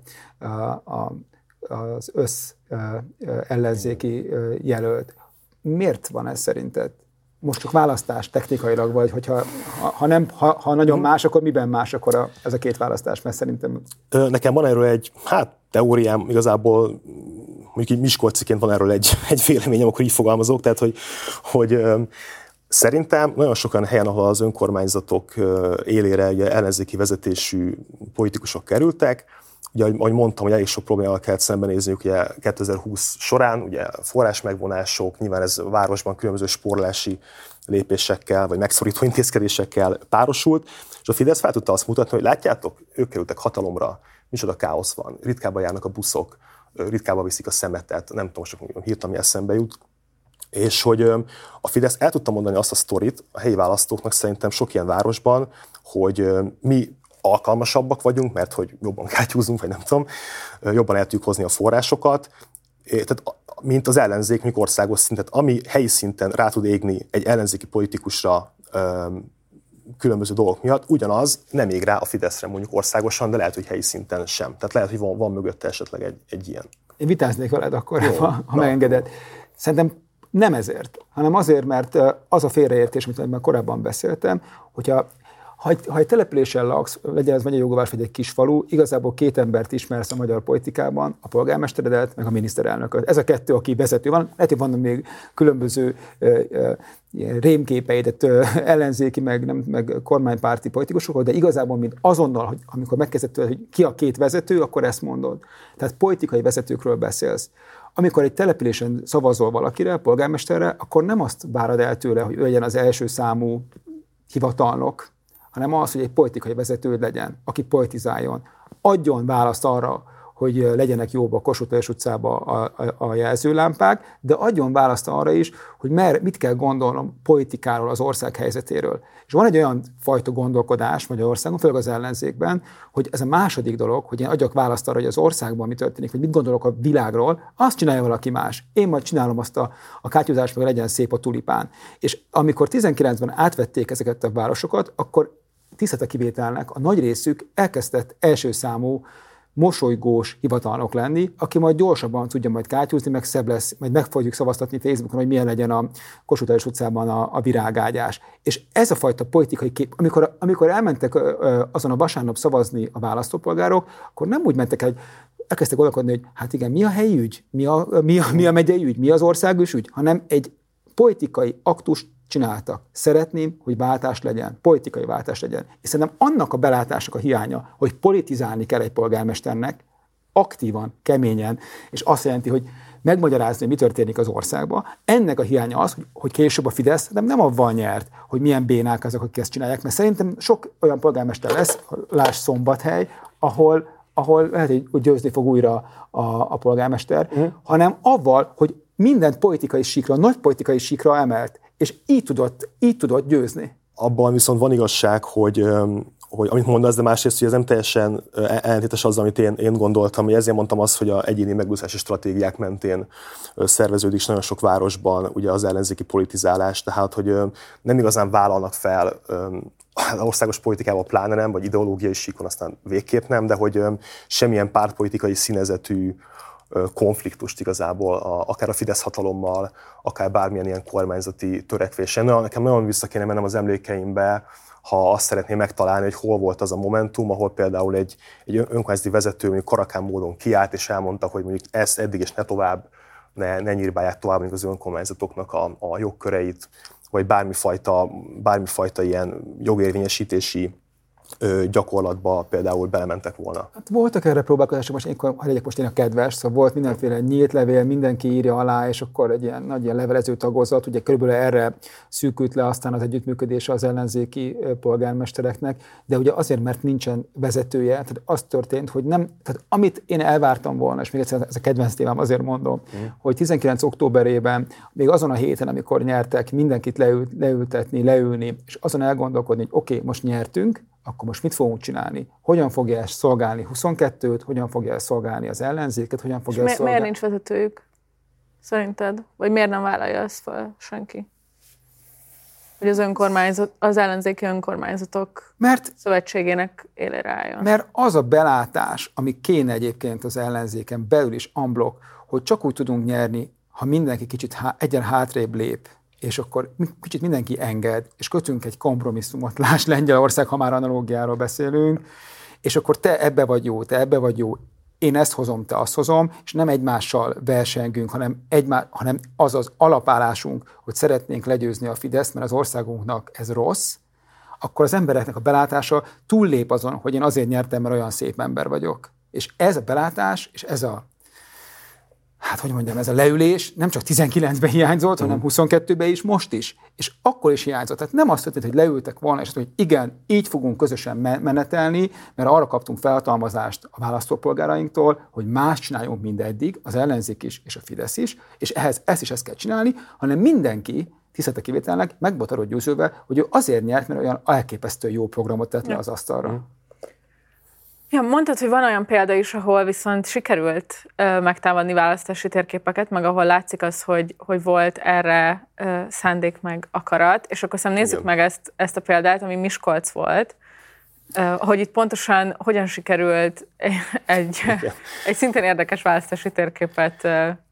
az ellenzéki jelölt. Miért van ez szerinted? Most csak választás technikailag, vagy hogyha ha nagyon más, akkor miben más akkor ez a két választás, mert szerintem... Nekem van erről egy teóriám, igazából mondjuk így miskolciként van erről egy véleményem, akkor így fogalmazok, tehát hogy szerintem nagyon sokan helyen, ahol az önkormányzatok élére ugye ellenzéki vezetésű politikusok kerültek, ugye, ahogy mondtam, hogy elég sok problémával kellett szembenézniük ugye 2020 során, ugye forrásmegvonások, nyilván ez a városban különböző spórolási lépésekkel, vagy megszorító intézkedésekkel párosult, és a Fidesz fel tudta azt mutatni, hogy látjátok, ők kerültek hatalomra, micsoda káosz van, ritkábban járnak a buszok, ritkábban viszik a szemetet, nem tudom, most hirtelen mi eszembe jut, és hogy a Fidesz el tudta mondani azt a sztorit a helyi választóknak szerintem sok ilyen városban, hogy mi alkalmasabbak vagyunk, mert hogy jobban kátyúzunk, vagy nem tudom, jobban el tudjuk hozni a forrásokat, tehát mint az ellenzék, mondjuk országos szinten, ami helyi szinten rá tud égni egy ellenzéki politikusra különböző dolgok miatt, ugyanaz nem ég rá a Fideszre mondjuk országosan, de lehet, hogy helyi szinten sem. Tehát lehet, hogy van mögötte esetleg egy ilyen. Én vitáznék veled akkor, jó, ha megengeded. Szerintem nem ezért, hanem azért, mert az a félreértés, amit már korábban beszéltem, hogyha egy településen laksz, legyen ez megyei jogóváros vagy egy kis falu, igazából két embert ismersz a magyar politikában, a polgármesteredet, meg a miniszterelnököt. Ez a kettő, aki vezető van. Lehet, hogy vannak még különböző rémképeidet ellenzéki, meg kormánypárti politikusok, de igazából mint azonnal, hogy amikor megkezdett, hogy ki a két vezető, akkor ezt mondod. Tehát politikai vezetőkről beszélsz. Amikor egy településen szavazol valakire, polgármesterre, akkor nem azt várod el tőle, hogy ő legyen az első számú hivatalnok, hanem az, hogy egy politikai vezető legyen, aki politizáljon, adjon választ arra, hogy legyenek jóba a Kossuth Lajos utcába a jelzőlámpák, de adjon választ arra is, hogy mit kell gondolnom politikáról, az ország helyzetéről. És van egy olyan fajta gondolkodás Magyarországon, főleg az ellenzékben, hogy ez a második dolog, hogy én adjak választ arra, hogy az országban mi történik, vagy mit gondolok a világról, azt csinálja valaki más. Én majd csinálom azt a kátyúzást, meg legyen szép a tulipán. És amikor 19-ben átvették ezeket a városokat, akkor tisztelt a kivételnek a nagy részük elkezdett első számú mosolygós hivatalnok lenni, aki majd gyorsabban tudja majd kátyúzni, meg szebb lesz, majd meg fogjuk szavaztatni Facebookon, hogy milyen legyen a Kossuth Lajos utcában a virágágyás. És ez a fajta politikai kép, amikor elmentek azon a vasárnap szavazni a választópolgárok, akkor nem úgy mentek el, elkezdtek gondolkodni, hogy hát igen, mi a helyi ügy, mi a megyei ügy, mi az országos ügy, hanem egy politikai aktust csináltak. Szeretném, hogy váltás legyen, politikai váltás legyen. És szerintem annak a belátásnak a hiánya, hogy politizálni kell egy polgármesternek, aktívan, keményen, és azt jelenti, hogy megmagyarázni, hogy mi történik az országban. Ennek a hiánya az, hogy később a Fidesz nem avval nyert, hogy milyen bénák azok, akik ezt csinálják, mert szerintem sok olyan polgármester lesz, lásd Szombathely, ahol lehet, hogy győzni fog újra a polgármester, hanem avval, hogy mindent politikai síkra, nagy politikai síkra emelt, és így tudott győzni. Abban viszont van igazság, hogy amit mondasz, de másrészt, hogy ez nem teljesen ellentétes azzal, amit én gondoltam, hogy ezért mondtam azt, hogy az egyéni megúszási stratégiák mentén szerveződik nagyon sok városban ugye az ellenzéki politizálás, tehát hogy nem igazán vállalnak fel az országos politikával pláne nem, vagy ideológiai síkon aztán végképp nem, de hogy semmilyen pártpolitikai színezetű konfliktust igazából, akár a Fidesz hatalommal, akár bármilyen ilyen kormányzati törekvésen. Nekem nagyon vissza kéne mennem az emlékeimbe, ha azt szeretném megtalálni, hogy hol volt az a momentum, ahol például egy önkormányzati vezető mondjuk karakán módon kiállt, és elmondta, hogy mondjuk ezt eddig és ne tovább, ne nyírbálják tovább mondjuk az önkormányzatoknak a jogköreit, vagy bármifajta ilyen jogérvényesítési gyakorlatba például belementek volna. Hát voltak erre próbálkozások, ha legyek most én a kedves, szóval volt mindenféle nyílt levél, mindenki írja alá, és akkor egy ilyen nagy ilyen levelező tagozat, ugye körülbelül erre szűkült le aztán az együttműködése az ellenzéki polgármestereknek, de ugye azért, mert nincsen vezetője, tehát az történt, hogy nem, tehát amit én elvártam volna, és még egyszer ez a kedvenc témám, azért mondom, hogy 19. októberében, még azon a héten, amikor nyertek, mindenkit leülni, és azon elgondolkodni, hogy oké, most nyertünk, akkor most mit fogunk csinálni? Hogyan fogja ezt szolgálni 22-t, hogyan fogja ezt szolgálni az ellenzéket, hogyan fogja ezt szolgálni? Miért nincs vezetőjük, szerinted? Vagy miért nem vállalja ezt fel senki? Hogy az ellenzéki önkormányzatok szövetségének élére álljon? Mert az a belátás, ami kéne egyébként az ellenzéken belül is unblock, hogy csak úgy tudunk nyerni, ha mindenki kicsit egyen hátrébb lép, és akkor kicsit mindenki enged, és kötünk egy kompromisszumot, lásd Lengyelország, ha már analógiáról beszélünk, és akkor te ebbe vagy jó, te ebbe vagy jó, én ezt hozom, te azt hozom, és nem egymással versengünk, hanem az az alapállásunk, hogy szeretnénk legyőzni a Fideszt, mert az országunknak ez rossz, akkor az embereknek a belátása túllép azon, hogy én azért nyertem, mert olyan szép ember vagyok. És ez a belátás, és ez a ez a leülés nem csak 19-ben hiányzott, hanem 22-ben is, most is. És akkor is hiányzott. Tehát nem azt történt, hogy leültek volna, és azt mondjuk, hogy igen, így fogunk közösen menetelni, mert arra kaptunk felhatalmazást a választópolgárainktól, hogy más csináljunk, mint eddig, az ellenzék is, és a Fidesz is, és ehhez ezt kell csinálni, hanem mindenki, tisztelte kivételnek, meg volt arról győződve, hogy ő azért nyert, mert olyan elképesztő jó programot tett le az asztalra. Ja, mondtad, hogy van olyan példa is, ahol viszont sikerült megtámadni választási térképeket, meg ahol látszik az, hogy volt erre szándék meg akarat, és akkor szerintem nézzük meg ezt a példát, ami Miskolc volt, hogy itt pontosan hogyan sikerült egy szintén érdekes választási térképet.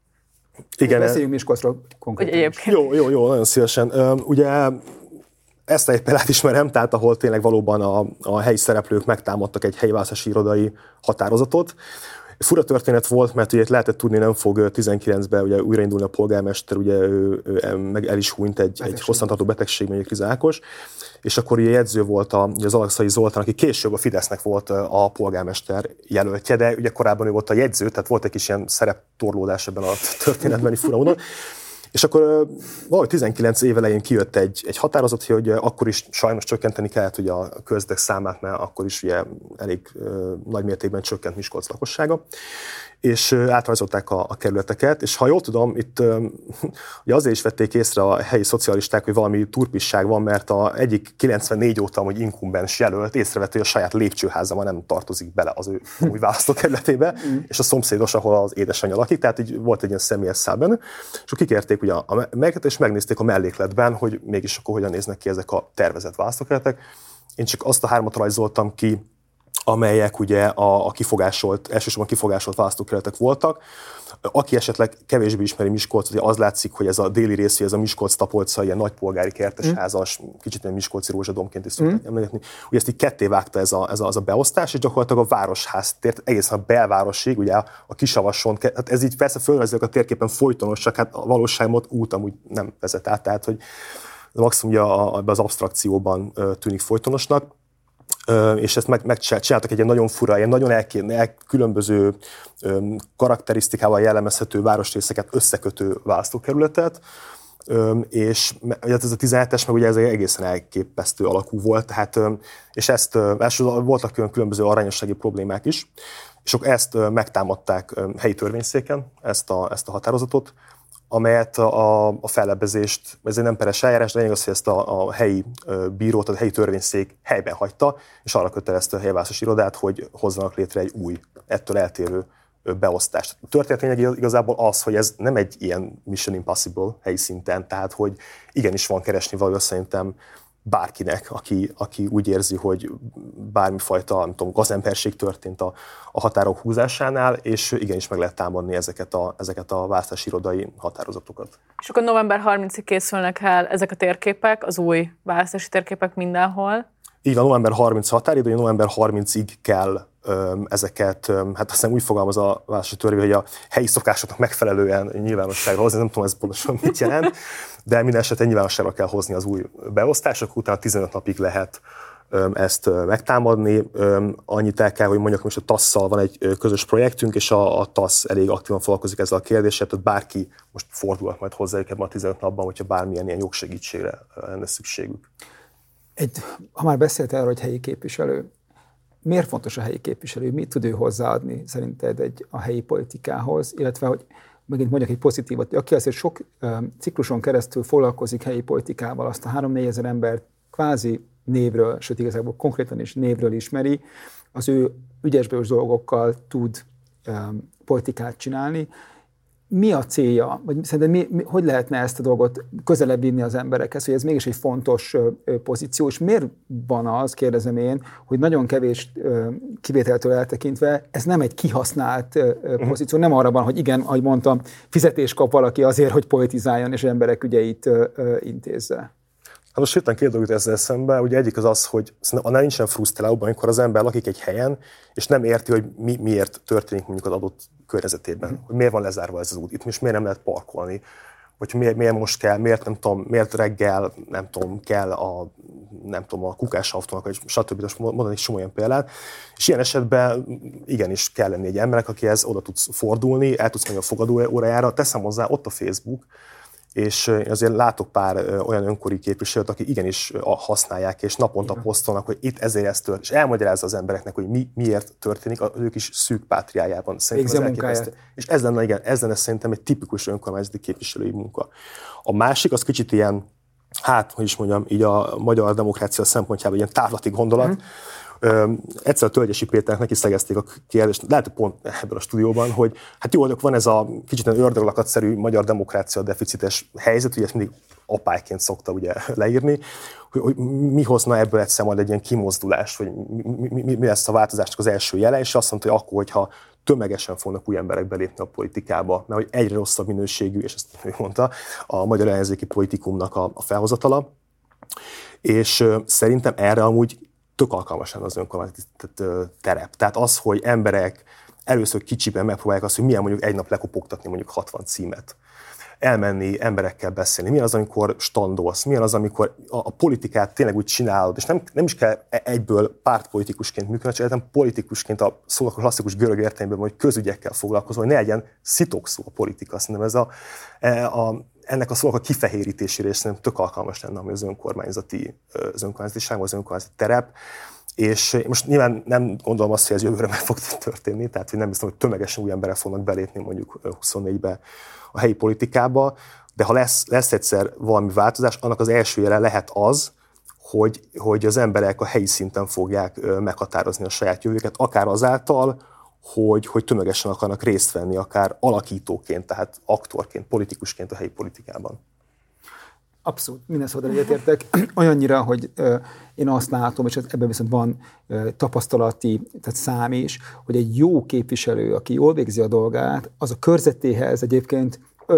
Igen, beszéljünk Miskolcról konkrétan. Jó, nagyon szívesen. Ugye ezt egy példát ismerem, tehát ahol tényleg valóban a helyi szereplők megtámadtak egy helyi választási irodai határozatot. Fura történet volt, mert ugye lehetett tudni, nem fog 19-ben ugye újraindulni a polgármester, ugye ő meg el is hunyt egy hosszantartó betegség, mondjuk Kriza Ákos, és akkor ugye jegyző volt az Alakszai Zoltán, aki később a Fidesznek volt a polgármester jelöltje, de ugye korábban ő volt a jegyző, tehát volt egy kis ilyen szereptorlódás ebben a történetben, fura módon. És akkor valahogy 19 év elején kijött egy határozat, hogy akkor is sajnos csökkenteni kellett ugye a közdetek számát, mert akkor is ugye elég nagy mértékben csökkent Miskolc lakossága, és átrajzolták a kerületeket, és ha jól tudom, itt ugye azért is vették észre a helyi szocialisták, hogy valami turpisság van, mert egyik 94 óta amúgy inkumbens jelölt észrevette, hogy a saját lépcsőházama nem tartozik bele az ő új választókerületébe, és a szomszédos, ahol az édesanyja lakik, tehát így volt egy ilyen személyes szál benne, és akkor kikérték ugye a megeket, és megnézték a mellékletben, hogy mégis akkor hogyan néznek ki ezek a tervezett választókerületek. Én csak azt a 3-at rajzoltam ki, amelyek ugye a elsősorban kifogásolt választókerületek voltak. Aki esetleg kevésbé ismeri Miskolcot, az látszik, hogy ez a déli rész, ez a Miskolc-Tapolca, ilyen nagypolgári kertesházas, kicsit olyan miskolci rózsadomként is szokták emlegetni. Ugye ezt így ketté vágta ez a beosztás, és gyakorlatilag a városház tért egészen a belvárosig, ugye a Kisavason, hát ez így persze fölrajzolják a térképen folytonos, csak hát a valóságban út amúgy nem vezet át, tehát hogy maximum ugye az abstrakcióban tűnik folytonosnak. És ezt megcsináltak egy ilyen nagyon fura, ilyen nagyon különböző karakterisztikával jellemezhető városrészeket összekötő választókerületet, és ez a 17-es, meg ugye ez egy egészen elképesztő alakú volt, tehát, és ezt voltak különböző arányossági problémák is, és ezt megtámadták helyi törvényszéken, ezt a határozatot, amelyet a fellebbezést, ez egy nem peres eljárás, de az, hogy ezt a helyi bírót, a helyi törvényszék helyben hagyta, és arra kötelezte a helyi választási irodát, hogy hozzanak létre egy új, ettől eltérő beosztást. A történet igazából az, hogy ez nem egy ilyen Mission Impossible helyi szinten, tehát hogy igenis van keresni valami szerintem bárkinek, aki úgy érzi, hogy bármifajta, nem tudom, gazemberség történt a határok húzásánál, és igenis meg lehet támadni ezeket a választási irodai határozatokat. És akkor november 30-ig készülnek el ezek a térképek, az új választási térképek mindenhol? Így van, november 30 határidő, november 30-ig kell ezeket, hát aztán úgy fogalmaz a választási törvény, hogy a helyi szokásoknak megfelelően nyilvánosságra hozni, nem tudom, ez pontosan mit jelent, de minden esetben nyilvánosságra kell hozni az új beosztások, utána 15 napig lehet ezt megtámadni. Annyit el kell, hogy mondjak, most a TASZ-szal van egy közös projektünk, és a TASZ elég aktívan foglalkozik ezzel a kérdéssel, tehát bárki most fordulhat majd hozzájuk ebben a 15 napban, hogyha bármilyen ilyen jogsegítségre lenne szükségük. Ha már beszélt erről, hogy helyi képviselő, miért fontos a helyi képviselő? Mit tud ő hozzáadni szerinted a helyi politikához, illetve hogy megint mondjak egy pozitívat, aki azért sok cikluson keresztül foglalkozik helyi politikával, azt a 3-4 ezer ember kvázi névről, sőt igazából konkrétan is névről ismeri, az ő ügyesbős dolgokkal tud politikát csinálni. Mi a célja? Vagy szerinted hogy lehetne ezt a dolgot közelebb vinni az emberekhez, hogy ez mégis egy fontos pozíció, és miért van az, kérdezem én, hogy nagyon kevés kivételtől eltekintve ez nem egy kihasznált pozíció, nem arra van, hogy igen, ahogy mondtam, fizetést kap valaki azért, hogy politizáljon és emberek ügyeit intézze. Hát most hirtelen két dolgot ezzel szemben, ugye egyik az, hogy annál nincsen frusztrálóban, amikor az ember lakik egy helyen, és nem érti, hogy miért történik mondjuk az adott környezetében, hogy miért van lezárva ez az út, itt most miért nem lehet parkolni, vagy miért most kell, miért reggel, kell a kukásautónak, vagy stb. Most mondani is olyan példát. És ilyen esetben igenis kell lenni egy emberek, akihez oda tudsz fordulni, el tudsz menni a fogadó órájára, teszem hozzá ott a Facebook, és azért látok pár olyan önkori képviselőt, akik igenis használják, és naponta posztolnak, hogy itt ezért ez történik, és elmagyarázza az embereknek, hogy miért történik, az ők is szűk pátriájában. És ez lenne szerintem egy tipikus önkormányzati képviselői munka. A másik, az kicsit ilyen, hogy is mondjam, így a magyar demokrácia szempontjából ilyen távlati gondolat. Egyszer a Tölgyesi Péternek neki szegezték a kérdést, lehet, hogy pont ebben a stúdióban, hogy hát jó, van ez a kicsit ördöglakatszerű magyar demokrácia deficites helyzet, ugye ezt mindig apályként szokta ugye leírni, hogy mi hozna ebből egyszer majd egy ilyen kimozdulást, vagy mi lesz a változásnak az első jele, és azt mondta, hogy akkor, hogyha tömegesen fognak új emberek belépni a politikába, mert hogy egyre rosszabb minőségű, és ezt ő mondta, a magyar ellenzéki politikumnak a felhozatala, és szerintem erre amúgy tök alkalmasan az önkormányzati terep. Tehát az, hogy emberek először kicsiben megpróbálják azt, hogy milyen mondjuk egy nap lekopogtatni mondjuk 60 címet. Elmenni, emberekkel beszélni. Milyen az, amikor standolsz, milyen az, amikor a politikát tényleg úgy csinálod, és nem is kell egyből pártpolitikusként működni, csak politikusként a klasszikus görög értelemben, hogy közügyekkel foglalkozol, hogy ne legyen szitokszó a politika. Szerintem ennek a szónak a kifehérítésére is szerintem tök alkalmas lenne, ami az önkormányzatiság, az önkormányzati terep. És most nyilván nem gondolom azt, hogy ez jövőre meg fog történni, tehát hogy nem hiszem, hogy tömegesen új emberek fognak belépni mondjuk 24-be a helyi politikába, de ha lesz egyszer valami változás, annak az első jele lehet az, hogy az emberek a helyi szinten fogják meghatározni a saját jövőket, akár azáltal, hogy tömegesen akarnak részt venni, akár alakítóként, tehát aktorként, politikusként a helyi politikában. Abszolút, minden szóval egyetértek. Olyannyira, hogy én azt látom, és ebben viszont van tapasztalati, tehát szám is, hogy egy jó képviselő, aki jól végzi a dolgát, az a körzetéhez egyébként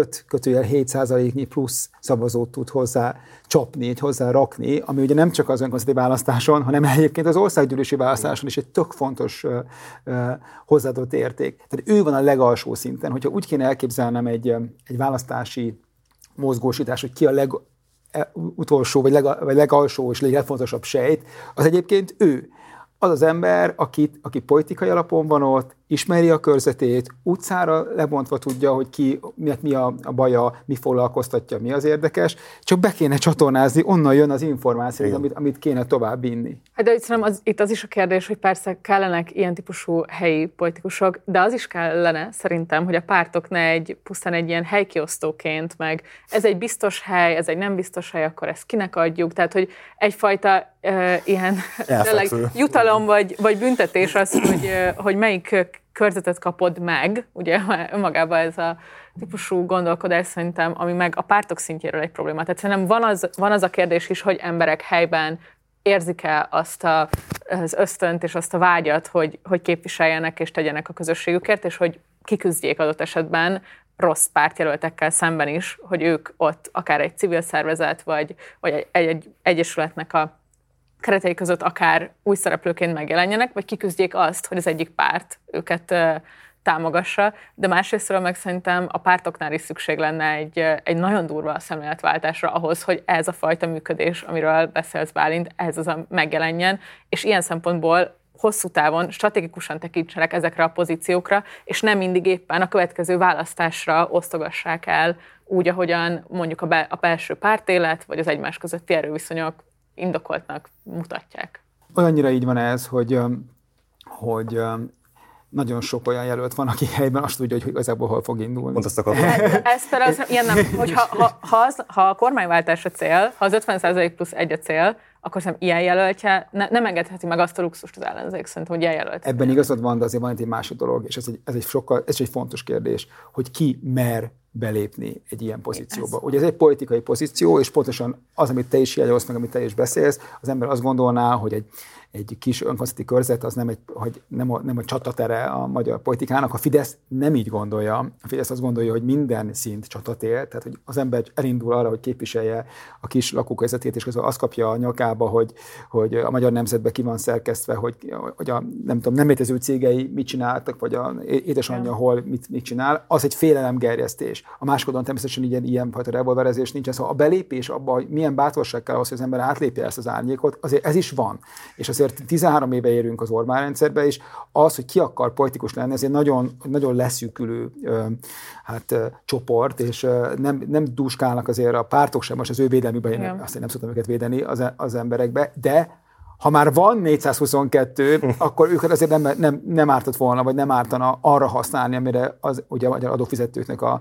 5-7%-nyi plusz szavazót tud hozzá csapni, hozzá rakni, ami ugye nem csak az önkormányzati választáson, hanem egyébként az országgyűlési választáson is egy tök fontos hozzáadott érték. Tehát ő van a legalsó szinten, hogyha úgy kéne elképzelnem egy választási mozgósítás, hogy ki a legutolsó, vagy legalsó és legfontosabb sejt, az egyébként ő. Az az ember, aki politikai alapon van ott, ismeri a körzetét, utcára lebontva tudja, hogy mi a baja, mi foglalkoztatja, mi az érdekes, csak be kéne csatornázni, onnan jön az információ, amit kéne tovább vinni. Hát de szerintem itt az is a kérdés, hogy persze kellenek ilyen típusú helyi politikusok, de az is kellene szerintem, hogy a pártok ne pusztán egy ilyen helykiosztóként, meg ez egy biztos hely, ez egy nem biztos hely, akkor ezt kinek adjuk, tehát hogy egyfajta ilyen jutalom vagy büntetés az, hogy melyik körzetet kapod meg, ugye önmagában ez a típusú gondolkodás szerintem, ami meg a pártok szintjéről egy probléma. Tehát szerintem van az a kérdés is, hogy emberek helyben érzik-e azt az ösztönt és azt a vágyat, hogy képviseljenek és tegyenek a közösségükért, és hogy kiküzdjék adott esetben rossz pártjelöltekkel szemben is, hogy ők ott akár egy civil szervezet, vagy egy egyesületnek a keretei között akár új szereplőként megjelenjenek, vagy kiküzdjék azt, hogy az egyik párt őket támogassa, de másrésztről meg szerintem a pártoknál is szükség lenne egy nagyon durva szemléletváltásra ahhoz, hogy ez a fajta működés, amiről beszélsz, Bálint, ez az a megjelenjen, és ilyen szempontból hosszú távon stratégikusan tekintsenek ezekre a pozíciókra, és nem mindig éppen a következő választásra osztogassák el úgy, ahogyan mondjuk a belső pártélet, vagy az egymás közötti erőviszonyok indokoltnak mutatják. Olyannyira így van ez, hogy nagyon sok olyan jelölt van, aki helyben azt tudja, hogy igazából hol fog indulni. Ez például ilyen nem, hogy ha a kormányváltás a cél, ha az 50% plusz 1 a cél, akkor szerintem ilyen jelöltje nem engedheti meg azt a luxust az ellenzék, szerintem, hogy ilyen jelölt. Ebben igazad van, de azért van egy másik dolog, és ez egy fontos kérdés, hogy ki mer belépni egy ilyen pozícióba. Ugye ez egy politikai pozíció, és pontosan az, amit te is jelölsz, meg amit te is beszélsz, az ember azt gondolná, hogy egy kis önkormányzati körzet az nem a csatatere a magyar politikának. A Fidesz nem így gondolja. A Fidesz azt gondolja, hogy minden szint csatatér, tehát hogy az ember elindul arra, hogy képviselje a kis lakókörzetét, és közben azt kapja a nyakába, hogy a magyar nemzetben ki van szerkesztve, hogy a nem létező cégei mit csináltak, vagy a édesanyja hol mit csinál, az egy félelemgerjesztés. A másik oldalon természetesen ilyenfajta revolverezés nincs. Szóval a belépés abba, hogy milyen bátorság kell ahhoz, hogy az ember átlépje ezt az árnyékot, azért ez is van. És azért 13 éve érünk az Orbán rendszerbe, és az, hogy ki akar politikus lenni, ez egy nagyon leszűkülő csoport, és nem dúskálnak azért a pártok sem, most az ő védelmükben, azt én nem szoktam őket védeni az emberekbe, de ha már van 422, akkor őket azért nem ártott volna, vagy nem ártana arra használni, amire ugye a magyar adófizetőknek a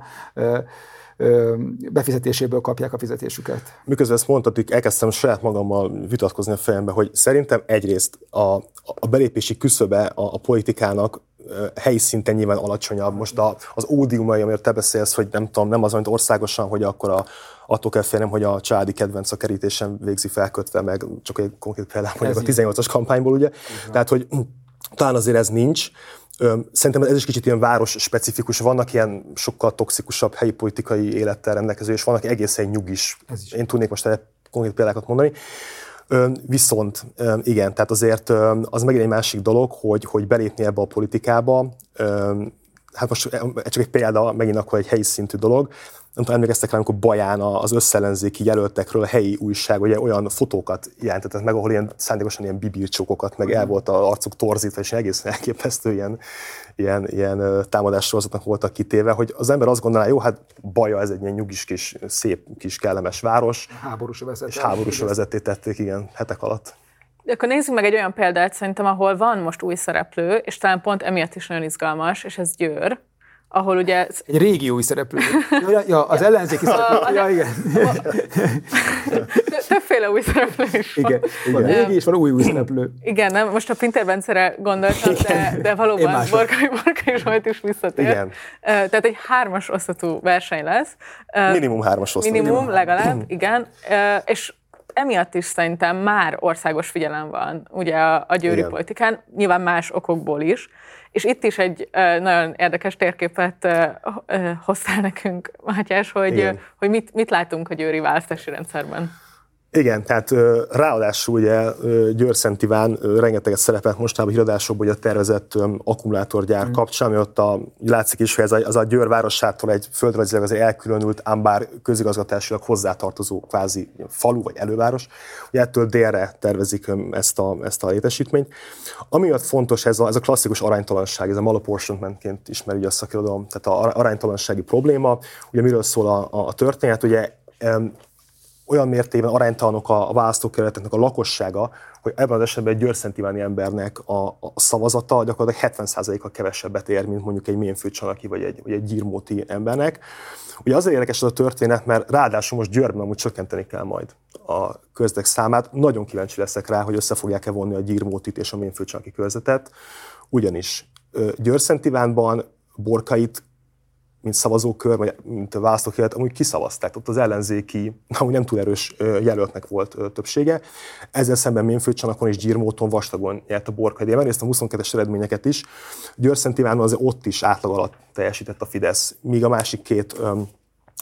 befizetéséből kapják a fizetésüket. Miközben ezt mondtad, elkezdtem saját magammal vitatkozni a fejembe, hogy szerintem egyrészt a belépési küszöbe a politikának helyi szinten nyilván alacsonyabb. Most az ódiumai, amiről te beszélsz, hogy nem az, amit országosan, hogy akkor attól kell félnem, hogy a családi kedvenc a kerítésen végzi felkötve, meg csak egy konkrét példám mondjuk a 18-as kampányból, ugye. Tehát, hogy talán azért ez nincs. Szerintem ez is kicsit ilyen város specifikus, vannak ilyen sokkal toxikusabb helyi politikai élettel rendelkező, és vannak egészen nyugis. Én tudnék most egy konkrét példákat mondani. Viszont igen, tehát azért az megint egy másik dolog, hogy belépni ebbe a politikába, hát most csak egy példa, megint akkor egy helyi szintű dolog. Nem tudom, emlékeztek rá, amikor Baján az összellenzéki jelöltekről a helyi újság ugye olyan fotókat jelentetett meg, ahol ilyen szándékosan ilyen bibircsókokat, meg el volt az arcuk torzítva, és egészen elképesztő ilyen támadássorozatnak voltak kitéve, hogy az ember azt gondolná, jó, hát Baja, ez egy ilyen nyugis kis, szép kis kellemes város. Háborúsra vezették, igen, hetek alatt. De akkor nézzük meg egy olyan példát szerintem, ahol van most új szereplő, és talán pont emiatt is nagyon izgalmas, és ez Győr, ahol ugye... Egy régi új szereplő. Az ellenzéki szereplő. Igen. Többféle új szereplő is van. Igen. Van régi és van új szereplő. Igen, nem, most a Pintér Bencére gondoltam, de valóban Borkai Zsolt is visszatér. Igen. Tehát egy 3-as osztatú verseny lesz. Minimum 3-as osztatú. Minimum legalább, igen. És emiatt is szerintem már országos figyelem van ugye a győri politikán, nyilván más okokból is. És itt is egy nagyon érdekes térképet hoztál nekünk, Mátyás, hogy mit látunk a győri választási rendszerben. Igen, tehát ráadásul ugye Győr-Szent Iván rengeteget szerepelt mostában híradásokban, hogy a tervezett akkumulátorgyár kapcsán, ami ott látszik is, hogy ez a Győr városától egy földrajzilag azért elkülönült, ám bár közigazgatásilag hozzátartozó kvázi falu vagy előváros. Ugye ettől délre tervezik ezt a létesítményt. Amiatt fontos ez a klasszikus aránytalanság, ez a malapportionmentként ismeri ugye a szakirodalom, tehát a aránytalansági probléma. Ugye miről szól a történet, ugye olyan mértékben aránytalanok a választókerületeknek a lakossága, hogy ebben az esetben egy Győr-Szent Iváni embernek a szavazata gyakorlatilag 70%-kal kevesebbet ér, mint mondjuk egy Ménföldcsalaki vagy egy Gyirmóti embernek. Ugye azért érdekes ez a történet, mert ráadásul most Győrben amúgy csökkenteni kell majd a körzetek számát. Nagyon kíváncsi leszek rá, hogy össze fogják-e vonni a Gyirmótit és a Ménföldcsalaki körzetet, ugyanis Győr-Szent Ivánban Borkait mint szavazókör, vagy mint választókerület, amúgy kiszavazták. Ott az ellenzéki, amúgy nem túl erős jelöltnek volt többsége. Ezzel szemben Ménföldcsalakon és Gyirmóton vastagon járt a Borkai. Én megnéztem a 22-es eredményeket is. Győr-Szent Ivánban azért ott is átlag alatt teljesített a Fidesz, míg a másik két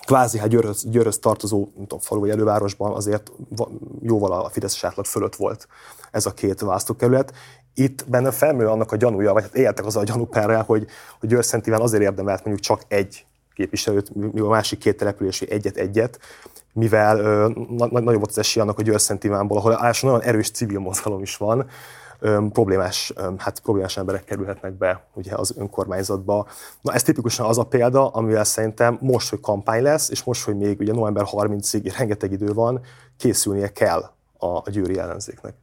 kvázi Győrhöz tartozó, nem tudom, falu vagy elővárosban azért jóval a fideszes átlag fölött volt ez a két választókerület. Itt benne felmerül annak a gyanúja, vagy hát éltek azzal a gyanúperrel, hogy Győr-Szent Iván azért érdemelt mondjuk csak egy képviselőt, míg a másik két településű egyet, mivel nagyobb volt az esély annak, hogy Győr-Szent Ivánból, ahol általában nagyon erős civil mozgalom is van, problémás emberek kerülhetnek be ugye az önkormányzatba. Na ez tipikusan az a példa, amivel szerintem most, hogy kampány lesz, és most, hogy még ugye november 30-ig rengeteg idő van, készülnie kell a győri ellenzéknek.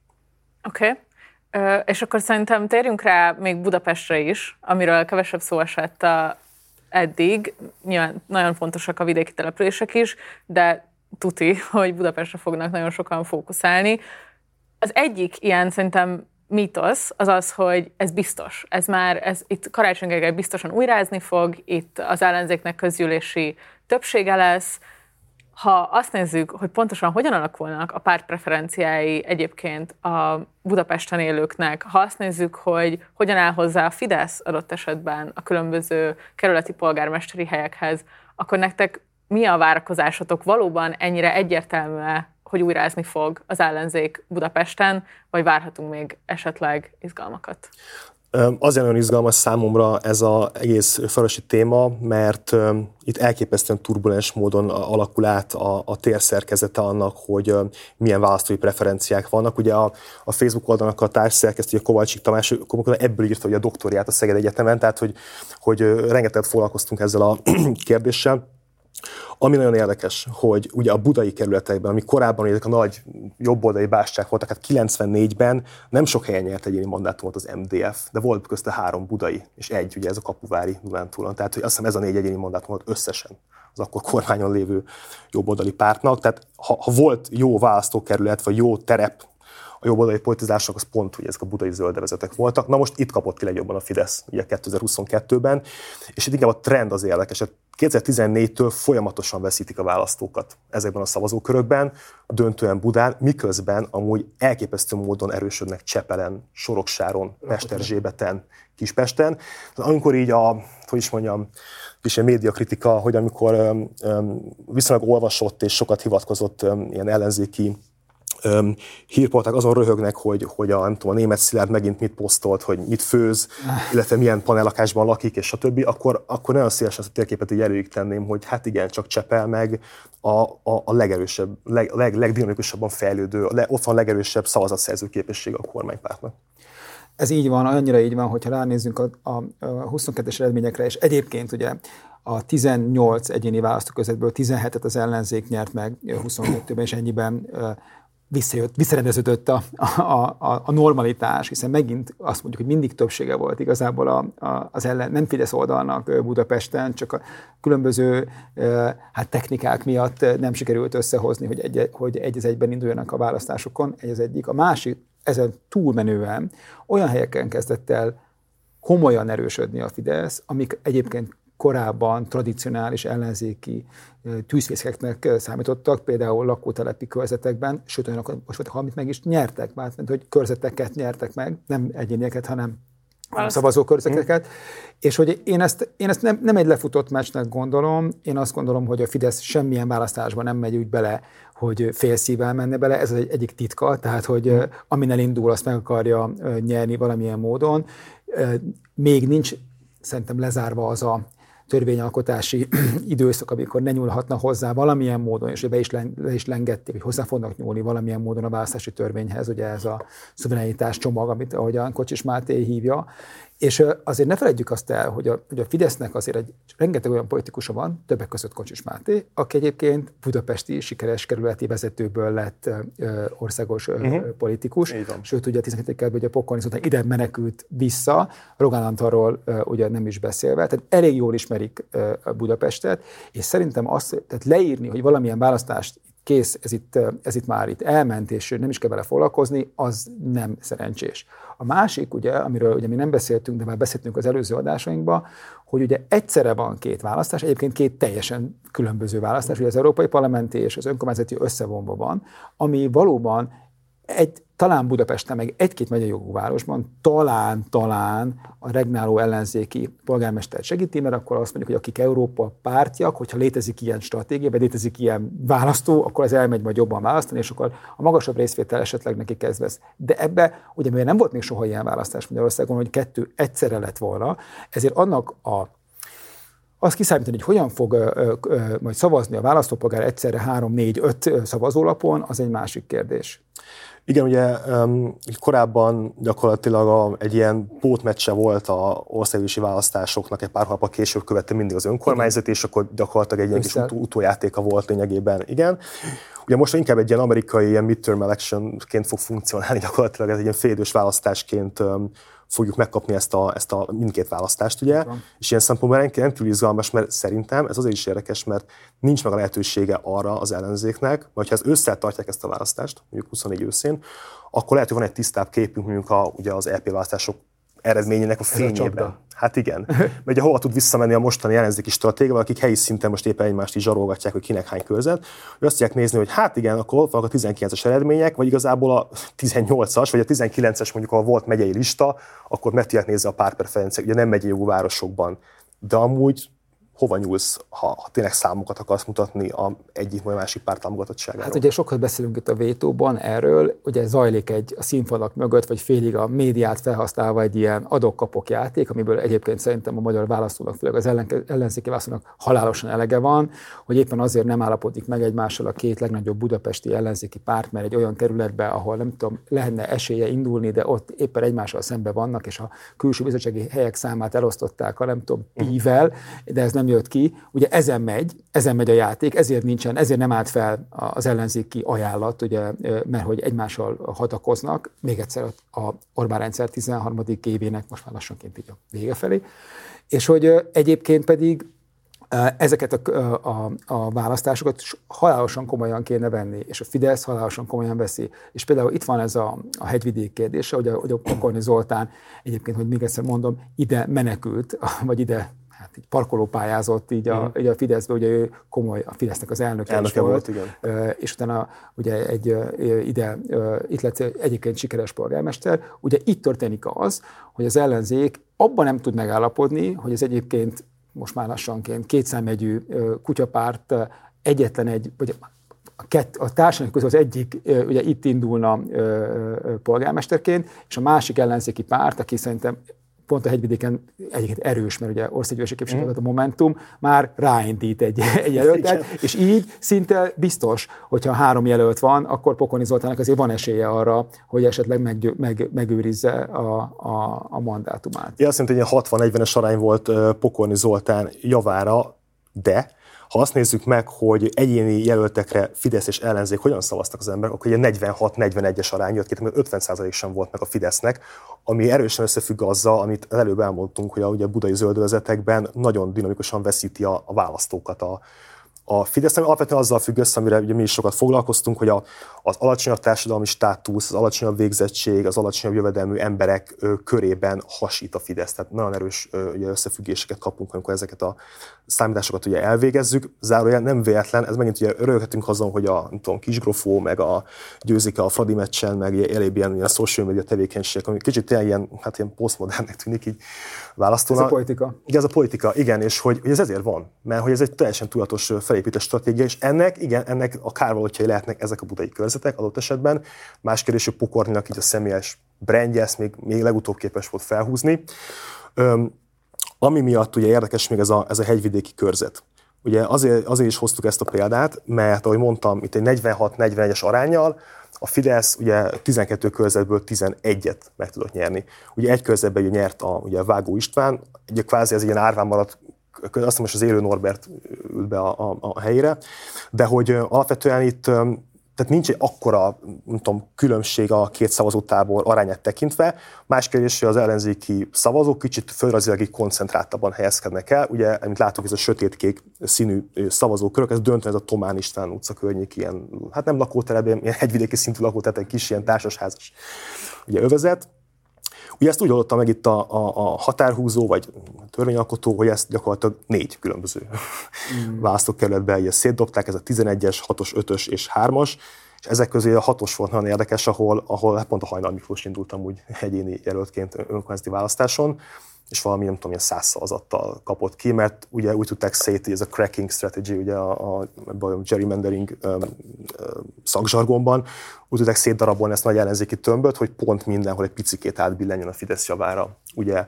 Oké. És akkor szerintem térjünk rá még Budapestre is, amiről kevesebb szó esett eddig. Nyilván nagyon fontosak a vidéki települések is, de tuti, hogy Budapestre fognak nagyon sokan fókuszálni. Az egyik ilyen szerintem mítosz az, hogy ez biztos. Itt Karácsony Gergely biztosan újrázni fog, itt az ellenzéknek közgyűlési többsége lesz. Ha azt nézzük, hogy pontosan hogyan alakulnak a párt preferenciái egyébként a Budapesten élőknek, ha azt nézzük, hogy hogyan áll hozzá a Fidesz adott esetben a különböző kerületi polgármesteri helyekhez, akkor nektek mi a várakozásotok? Valóban ennyire egyértelmű-e, hogy újrázni fog az ellenzék Budapesten, vagy várhatunk még esetleg izgalmakat? Azért nagyon izgalmas számomra ez az egész falusi téma, mert itt elképesztően turbulens módon alakul át a térszerkezete annak, hogy milyen választói preferenciák vannak. Ugye a Facebook oldalnak a társszerkesztője Kovalcsik Tamás ebből írta ugye a doktoriát a Szeged Egyetemen, tehát hogy rengeteget foglalkoztunk ezzel a kérdéssel. Ami nagyon érdekes, hogy ugye a budai kerületekben, ami korábban ezek a nagy jobboldali bástyák voltak, hát 94-ben nem sok helyen nyert egyéni mandátumot az MDF, de volt közte 3 budai, és egy, ugye ez a Kapuvári Dunántúlon. Tehát hogy azt hiszem ez a 4 egyéni mandátumot összesen az akkor kormányon lévő jobboldali pártnak. Tehát ha volt jó választókerület, vagy jó terep a jobboldali politizásnak, az pont, hogy ezek a budai zöldevezetek voltak. Na most itt kapott ki legjobban a Fidesz, ugye 2022-ben, és itt inkább a trend az érdekes. 2014-től folyamatosan veszítik a választókat ezekben a szavazókörökben, döntően Budán, miközben amúgy elképesztő módon erősödnek Csepelen, Soroksáron, Pesterzsébeten, Kispesten. Amikor így kis médiakritika, hogy amikor viszonylag olvasott és sokat hivatkozott ilyen ellenzéki hírporták azon röhögnek, hogy a német Szilárd megint mit posztolt, hogy mit főz, illetve milyen panellakásban lakik, és stb., akkor nagyon szívesen ezt a térképet így előig tenném, hogy hát igen, csak Csepel meg a legerősebb, legdinamikusabban fejlődő, ott van a legerősebb szavazatszerző képessége a kormánypártnak. Ez így van, annyira így van, hogyha ránézzünk a 22-es eredményekre, és egyébként ugye a 18 egyéni választókörzetből 17-et az ellenzék nyert meg 22-ben, és ennyiben visszarendeződött a normalitás, hiszen megint azt mondjuk, hogy mindig többsége volt igazából az nem Fidesz oldalnak Budapesten, csak a különböző technikák miatt nem sikerült összehozni, hogy egy az egyben induljanak a választásokon, egy az egyik. A másik, ezen túlmenően olyan helyeken kezdett el komolyan erősödni a Fidesz, amik egyébként korábban tradicionális ellenzéki tűzfészeknek számítottak, például lakótelepi körzetekben, sőt olyanok most voltak, amit meg is nyertek, mert hogy körzeteket nyertek meg, nem egyénieket, hanem szavazókörzeteket. És hogy én ezt nem egy lefutott meccsnek gondolom, én azt gondolom, hogy a Fidesz semmilyen választásban nem megy úgy bele, hogy félszívvel menne bele, ez az egyik titka, tehát hogy amin elindul, azt meg akarja nyerni valamilyen módon. Még nincs szerintem lezárva az a törvényalkotási időszak, amikor ne nyúlhatna hozzá valamilyen módon, és le is lengették, hogy hozzá fognak nyúlni valamilyen módon a választási törvényhez, ugye ez a szuverenitás csomag, amit ahogyan Kocsis Máté hívja. És azért ne feledjük azt el, hogy a Fidesznek azért rengeteg olyan politikusa van, többek között Kocsis Máté, aki egyébként budapesti sikeres kerületi vezetőből lett országos politikus. Sőt, ugye a 12. kerületben a Pokorni után ide menekült vissza, Rogán Antalról ugye nem is beszélve, tehát elég jól ismerik Budapestet, és szerintem tehát leírni, hogy valamilyen választást kész, ez itt már itt elment, és nem is kell vele foglalkozni, az nem szerencsés. A másik, ugye, amiről ugye mi nem beszéltünk, de már beszéltünk az előző adásainkban, hogy ugye egyszerre van 2 választás, egyébként 2 teljesen különböző választás, ugye az európai parlamenti és az önkormányzati összevonva van, ami valóban talán Budapesten, meg egy-két megyei jogú városban talán a regnáló ellenzéki polgármester segíti, mert akkor azt mondjuk, hogy akik Európa pártiak, hogyha létezik ilyen stratégia, vagy létezik ilyen választó, akkor az elmegy majd jobban választani, és akkor a magasabb részvétel esetleg neki kezd vesz. De ebbe, ugye mivel nem volt még soha ilyen választás Magyarországon, hogy 2 egyszerre lett volna, ezért annak azt kiszámítani, hogy hogyan fog majd szavazni a választópolgár egyszerre 3, 4, 5 szavazólapon, az egy másik kérdés. Igen, ugye korábban gyakorlatilag egy ilyen pótmeccse volt az országgyűlési választásoknak, egy pár hónappal később követte mindig az önkormányzat, és akkor gyakorlatilag egy ilyen kis utójátéka volt lényegében. Igen. Ugye most inkább egy ilyen amerikai ilyen midterm electionként fog funkcionálni gyakorlatilag, ez egy ilyen félidős választásként fogjuk megkapni ezt a mindkét választást, ugye? És ilyen szempontból rendkívül izgalmas, mert szerintem ez azért is érdekes, mert nincs meg a lehetősége arra az ellenzéknek, vagy ha összetartják ezt a választást, mondjuk 24 őszén, akkor lehet, hogy van egy tisztább képünk mondjuk ugye az EP választások eredményének a fényében. Hát igen. Mert ugye hova tud visszamenni a mostani ellenzéki stratégia, akik helyi szinten most éppen egymást is zsarolgatják, hogy kinek hány körzet, hogy azt tudják nézni, hogy hát igen, akkor ott vannak a 19-es eredmények, vagy igazából a 18-as, vagy a 19-es mondjuk, ahol volt megyei lista, akkor meg tudják nézni a pártpreferenciák, ugye nem megyei jogú városokban. De amúgy hova nyúlsz, ha tényleg számokat akarsz mutatni egyik vagy másik párt támogatottságáról? Hát ugye sokat beszélünk itt a vétóban erről, ugye zajlik a színfalak mögött, vagy félig a médiát felhasználva egy ilyen adok-kapok játék, amiből egyébként szerintem a magyar választónak, főleg az ellenzéki választónak halálosan elege van, hogy éppen azért nem állapodik meg egymással a 2 legnagyobb budapesti ellenzéki párt, mert egy olyan területben, ahol nem tudom, lehetne esélye indulni, de ott éppen egymással szembe vannak, és a külső bizottsági helyek számát elosztották a nem tudom, pi-vel, de ez nem jött ki. Ugye ezen megy a játék, ezért nem állt fel az ellenzéki ajánlat, ugye, mert hogy egymással hadakoznak, még egyszer a Orbán rendszer 13. évének most már lassanként így a vége felé, és hogy egyébként pedig ezeket a választásokat halálosan komolyan kéne venni, és a Fidesz halálosan komolyan veszi. És például itt van ez a hegyvidék kérdése, hogy a Pokorni Zoltán egyébként, hogy még egyszer mondom, ide menekült, vagy ide így parkolópályázott így a Fideszbe, ugye ő komoly, a Fidesznek az elnöke is volt, igen. És utána ugye itt lett egyébként sikeres polgármester. Ugye itt történik az, hogy az ellenzék abban nem tud megállapodni, hogy ez egyébként most már lassanként 2 számjegyű kutyapárt egyetlen egy, vagy a társadalmi közül az egyik ugye itt indulna polgármesterként, és a másik ellenzéki párt, aki szerintem pont a hegyvidéken egyébként erős, mert ugye országgyűlési képviselő a Momentum már ráindít egy jelöltet, és így szinte biztos, hogyha 3 jelölt van, akkor Pokorni Zoltánnak azért van esélye arra, hogy esetleg megőrizze a mandátumát. Én azt hiszem, hogy egy 60-40-es arány volt Pokorni Zoltán javára, de ha azt nézzük meg, hogy egyéni jelöltekre Fidesz és ellenzék hogyan szavaztak az emberek, akkor egy 46-41-es arány jött ki, mert 50% sem volt meg a Fidesznek, ami erősen összefügg azzal, amit előbb elmondtunk, hogy a budai zöldövezetekben nagyon dinamikusan veszíti a választókat a Fidesz, ami alapvetően azzal függ össze, amire ugye mi is sokat foglalkoztunk, hogy az alacsonyabb társadalmi státusz, az alacsonyabb végzettség, az alacsonyabb jövedelmű emberek körében hasít a Fidesz. Tehát nagyon erős összefüggéseket kapunk, amikor ezeket a számításokat ugye elvégezzük. Zárójel nem véletlen, ez megint ugye örülhetünk azon, hogy a Kisgrofó, meg a Győzike a Fradi meccsen, meg elébb ilyen social media tevékenység, ami kicsit ilyen posztmodernnek tűnik így választónak. Ez a politika. Igen, ez a politika, igen, és hogy ez ezért van, mert hogy ez egy teljesen tudatos felépített stratégia, és ennek a kárvalótjai lehetnek ezek a budai körzetek adott esetben. Más kérdés, hogy Pokorninak így a személyes brandje ezt még legutóbb képes volt felhúzni. Ami miatt ugye érdekes még ez a hegyvidéki körzet. Ugye azért is hoztuk ezt a példát, mert ahogy mondtam, itt egy 46-41-es aránnyal a Fidesz ugye 12 körzetből 11-et meg tudott nyerni. Ugye egy körzetben ugye nyert a Vágó István, ugye kvázi ez ilyen árván maradt, azt hiszem, hogy az élő Norbert ült be a helyére, de hogy alapvetően itt tehát nincs egy akkora, nem tudom, különbség a 2 szavazótábor arányát tekintve. Más kérdés, hogy az ellenzéki szavazók kicsit földrajzilag koncentráltabban helyezkednek el. Ugye, amit látok, ez a sötétkék színű szavazókörök, ez döntően ez a Thomán István utca környék, ilyen, hát nem lakótelep, ilyen hegyvidéki szintű lakótelep, egy kis ilyen társasházas ugye, övezet. Ugye ezt úgy oldottam meg itt a határhúzó, vagy törvényalkotó, hogy ezt gyakorlatilag 4 különböző választókerületben ugye szétdobták, ez a 11-es, 6-os, 5-ös és 3-as, és ezek közé a 6-os volt nagyon érdekes, ahol pont a Hajnal Miklós indultam úgy egyéni jelöltként önkormányzati választáson, és valami, nem tudom, ilyen 100 szavazattal kapott ki, mert ugye úgy tudták szét, hogy ez a cracking strategy, ugye a gerrymandering szakzsargonban, úgy tudták szétdarabolni ezt nagy ellenzéki tömböt, hogy pont mindenhol egy picikét átbillenjen a Fidesz javára ugye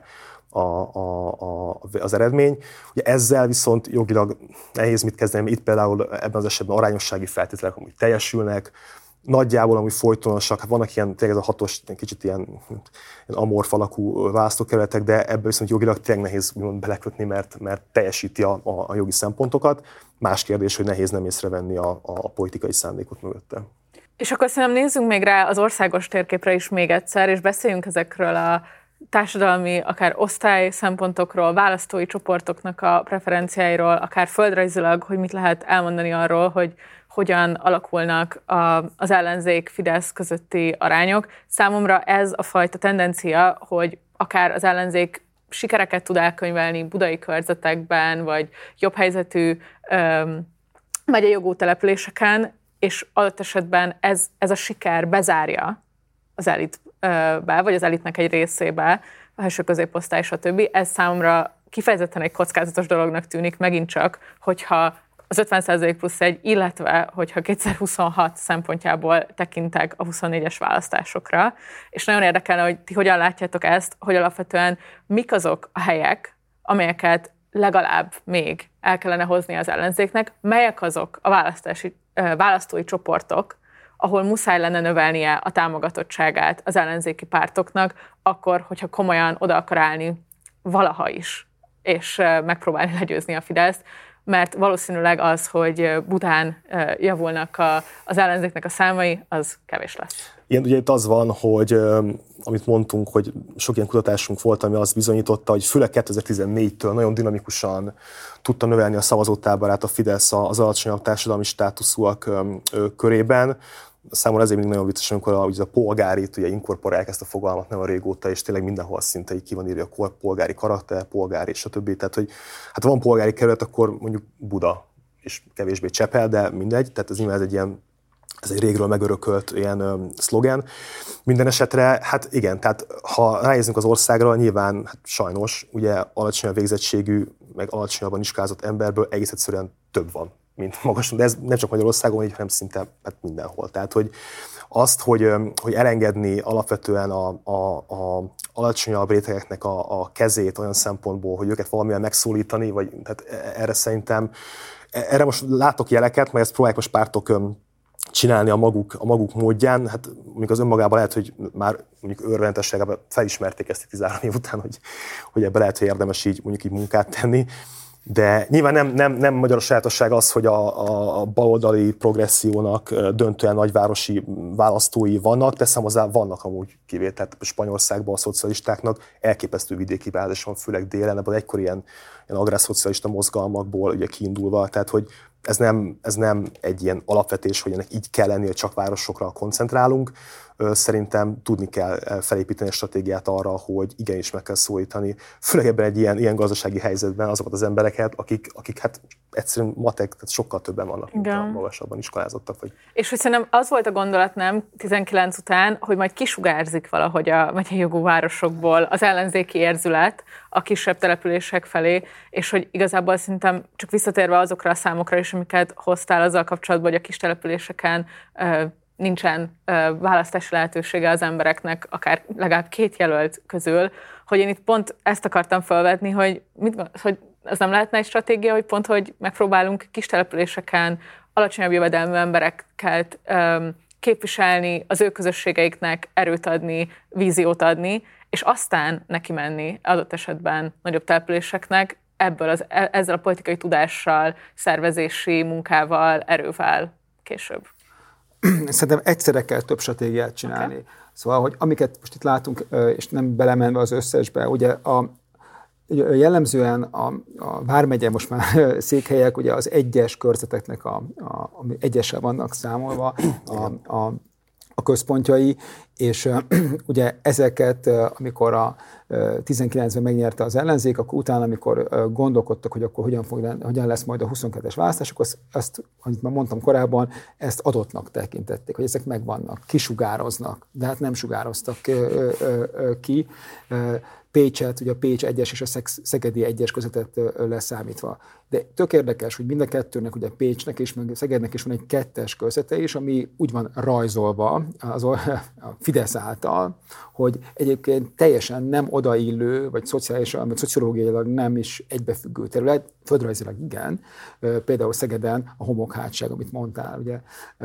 az eredmény. Ugye ezzel viszont jogilag nehéz mit kezdeni, itt például ebben az esetben arányossági feltételek amúgy teljesülnek, nagyjából amúgy folytonosak, hát vannak ilyen tényleg ez a 6-os, kicsit ilyen amorf alakú választókerületek, de ebből viszont jogilag tényleg nehéz belekötni, mert teljesíti a jogi szempontokat. Más kérdés, hogy nehéz nem észrevenni a politikai szándékot mögötte. És akkor szerintem nézzünk még rá az országos térképre is még egyszer, és beszéljünk ezekről a társadalmi, akár osztály szempontokról, választói csoportoknak a preferenciáiról, akár földrajzilag, hogy mit lehet elmondani arról, hogy hogyan alakulnak az ellenzék Fidesz közötti arányok. Számomra ez a fajta tendencia, hogy akár az ellenzék sikereket tud elkönyvelni budai körzetekben, vagy jobb helyzetű megyei jogú településeken, és adott esetben ez a siker bezárja az elitbe, vagy az elitnek egy részébe, a felső középosztály, stb. Ez számomra kifejezetten egy kockázatos dolognak tűnik, megint csak, hogyha az 50%+1, illetve hogyha 2026 szempontjából tekintek a 24-es választásokra. És nagyon érdekelne, hogy ti hogyan látjátok ezt, hogy alapvetően mik azok a helyek, amelyeket legalább még el kellene hozni az ellenzéknek, melyek azok a választói csoportok, ahol muszáj lenne növelnie a támogatottságát az ellenzéki pártoknak, akkor, hogyha komolyan oda akar állni valaha is, és megpróbálni legyőzni a Fideszt, mert valószínűleg az, hogy Budán javulnak az ellenzéknek a számai, az kevés lesz. Igen, ugye itt az van, hogy amit mondtunk, hogy sok ilyen kutatásunk volt, ami azt bizonyította, hogy főleg 2014-től nagyon dinamikusan tudta növelni a szavazótáborát a Fidesz az alacsonyabb társadalmi státuszúak körében. Számomra ezért mindig nagyon vicces, amikor a polgárit ugye inkorporálják ezt a fogalmat nagyon régóta, és tényleg mindenhol szinte így ki van írja a polgári karakter, polgári, stb. Tehát, hogy hát van polgári kerület, akkor mondjuk Buda, és kevésbé Csepel, de mindegy, tehát ez nyilván ez egy régről megörökölt ilyen szlogen. Minden esetre, hát igen, tehát ha ránézzünk az országra, nyilván hát sajnos ugye alacsonyabb végzettségű, meg alacsonyabban iskázott emberből egész egyszerűen több van, mint magasan, de ez nem csak Magyarországon, hanem szinte hát mindenhol. Tehát, hogy azt, hogy elengedni alapvetően a alacsonyabb rétegeknek a kezét olyan szempontból, hogy őket valamivel megszólítani, vagy tehát erre szerintem, erre most látok jeleket, mert ezt próbálják most pártok csinálni a maguk módján, hát mondjuk az önmagában lehet, hogy már mondjuk örvendetességében felismerték ezt 13 év után, hogy ebbe lehet, hogy érdemes így mondjuk így munkát tenni. De nyilván nem magyar sajátosság az, hogy a baloldali progressziónak döntően nagyvárosi választói vannak, teszem hozzá, vannak amúgy kivételt. Spanyolországban a szocialistáknak elképesztő vidéki választás van, főleg délen, ebből egykor ilyen agrárszocialista mozgalmakból ugye kiindulva, tehát hogy ez nem egy ilyen alapvetés, hogy ennek így kell lenni, hogy csak városokra koncentrálunk. Szerintem tudni kell felépíteni a stratégiát arra, hogy igenis meg kell szólítani, főleg ebben egy ilyen gazdasági helyzetben azokat az embereket, akik hát egyszerűen matek, tehát sokkal többen vannak, mint a magasabban iskolázottak. Vagy. És hogy szerintem az volt a gondolat, nem 19 után, hogy majd kisugárzik valahogy a megyei jogú városokból az ellenzéki érzület a kisebb települések felé, és hogy igazából szerintem csak visszatérve azokra a számokra is, amiket hoztál azzal kapcsolatban, hogy a kis településeken nincsen választási lehetősége az embereknek, akár legalább 2 jelölt közül, hogy én itt pont ezt akartam felvetni, hogy az nem lehetne egy stratégia, hogy pont, hogy megpróbálunk kis településeken alacsonyabb jövedelmű embereket képviselni, az ő közösségeiknek erőt adni, víziót adni, és aztán neki menni adott esetben nagyobb településeknek, ezzel a politikai tudással, szervezési munkával, erővel később. Szerintem egyszerre kell több stratégiát csinálni. Okay. Szóval, hogy amiket most itt látunk, és nem belemenve az összesbe, ugye jellemzően a vármegye most már székhelyek, ugye az egyes körzeteknek, ami egyessel vannak számolva, a a központjai, és ugye ezeket, amikor a 19-ben megnyerte az ellenzék, akkor utána, amikor gondolkodtak, hogy akkor hogyan lesz majd a 22-es választás, akkor azt, amit már mondtam korábban, ezt adottnak tekintették, hogy ezek megvannak, kisugároznak, de hát nem sugároztak ki. Pécset, ugye a Pécs 1-es és a Szegedi 1-es közöttet leszámítva. De tök érdekes, hogy mind a kettőnek, ugye Pécsnek és meg Szegednek is van egy 2-es közete is, ami úgy van rajzolva a Fidesz által, hogy egyébként teljesen nem odaillő, vagy szociálisan, vagy szociológiailag nem is egybefüggő terület, földrajzilag igen, például Szegeden a homokhátság, amit mondtál, ugye,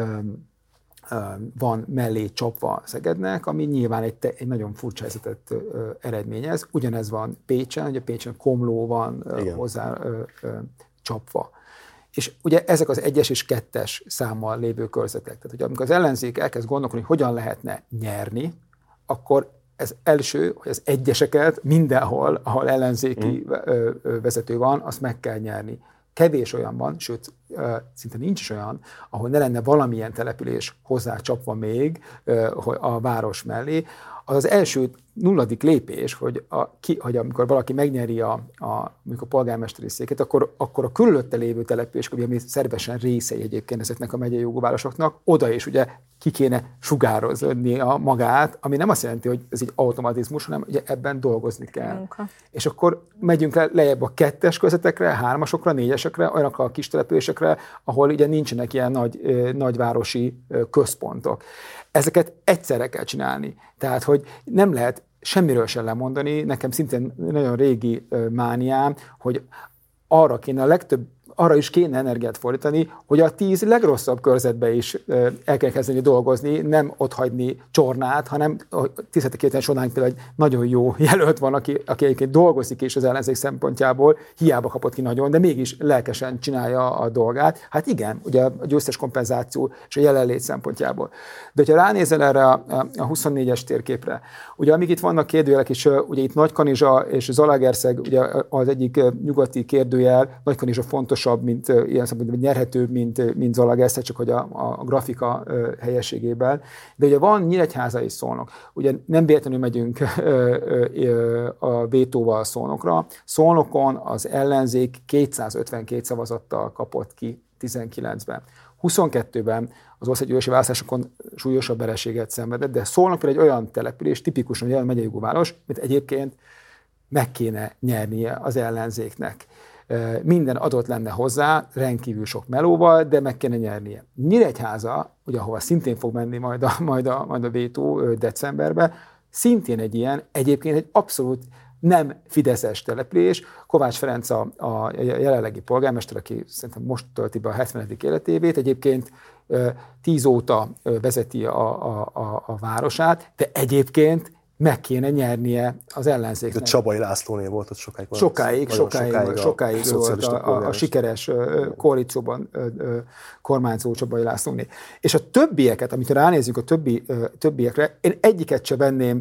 van mellé csapva Szegednek, ami nyilván egy nagyon furcsa helyzetet eredményez. Ugyanez van Pécsen, ugye Pécsen Komló van hozzá csapva. És ugye ezek az 1-es és 2-es számmal lévő körzetek. Tehát, hogy amikor az ellenzék elkezd gondolkodni, hogy hogyan lehetne nyerni, akkor ez első, hogy az 1-eseket mindenhol, ahol ellenzéki vezető van, azt meg kell nyerni. Kevés olyan van, sőt, szinte nincs is olyan, ahol ne lenne valamilyen település hozzá csapva még a város mellé. Az első nulladik lépés, hogy amikor valaki megnyeri a polgármesteri széket, akkor a körülötte lévő település, ami szervesen részei egyébként ezeknek a megyei jogú városoknak, oda is ugye ki kéne sugározni a magát, ami nem azt jelenti, hogy ez egy automatizmus, hanem ugye ebben dolgozni kell. És akkor megyünk lejjebb a 2-es közöttekre, 3-asokra, 4-esekre, olyanokra a kis településekre, ahol ugye nincsenek ilyen nagyvárosi központok. Ezeket egyszerre kell csinálni. Tehát, hogy nem lehet semmiről sem lemondani, nekem szintén nagyon régi mániám, hogy arra is kéne energiát fordítani, hogy a 10 legrosszabb körzetbe is el kell kezdeni dolgozni, nem otthagyni Csornát, hanem tiszteltek héten Sonánk például egy nagyon jó jelölt van, aki egyébként dolgozik is az ellenzék szempontjából, hiába kapott ki nagyon, de mégis lelkesen csinálja a dolgát. Hát igen, ugye a győztes kompenzáció és a jelenlét szempontjából. De ha ránézel erre a 24-es térképre, ugye amíg itt vannak kérdőjelek, és ugye itt Nagykanizsa és Zalaegerszeg, ugye az egyik nyugati kérdőjel, Nagykanizsa fontos mint ilyen szempontból nyerhetőbb, mint Zalaegerszeg, csak hogy a grafika helyességében. De ugye van Nyíregyháza és Szolnok. Ugye nem véletlenül megyünk a vétóval Szolnokra. Szolnokon az ellenzék 252 szavazattal kapott ki 19-ben. 22-ben az országgyűlési választásokon súlyosabb vereséget szenvedett, de Szolnok egy olyan település, tipikusan egy olyan megyei jogú város, mint egyébként meg kéne nyernie az ellenzéknek. Minden adott lenne hozzá, rendkívül sok melóval, de meg kéne nyernie. Nyíregyháza, ugye ahova szintén fog menni majd a vétó decemberben, szintén egy ilyen, egyébként egy abszolút nem fideszes település. Kovács Ferenc a jelenlegi polgármester, aki szerintem most tölti be a 70. életévét, egyébként 10 óta vezeti a városát, de egyébként meg kéne nyernie az ellenzéknek. Csabai Lászlónél volt ott sokáig. Sokáig volt a sikeres koalícióban kormányzó Csabai Lászlónél. És a többieket, amit ránézzünk a többiekre, én egyiket se venném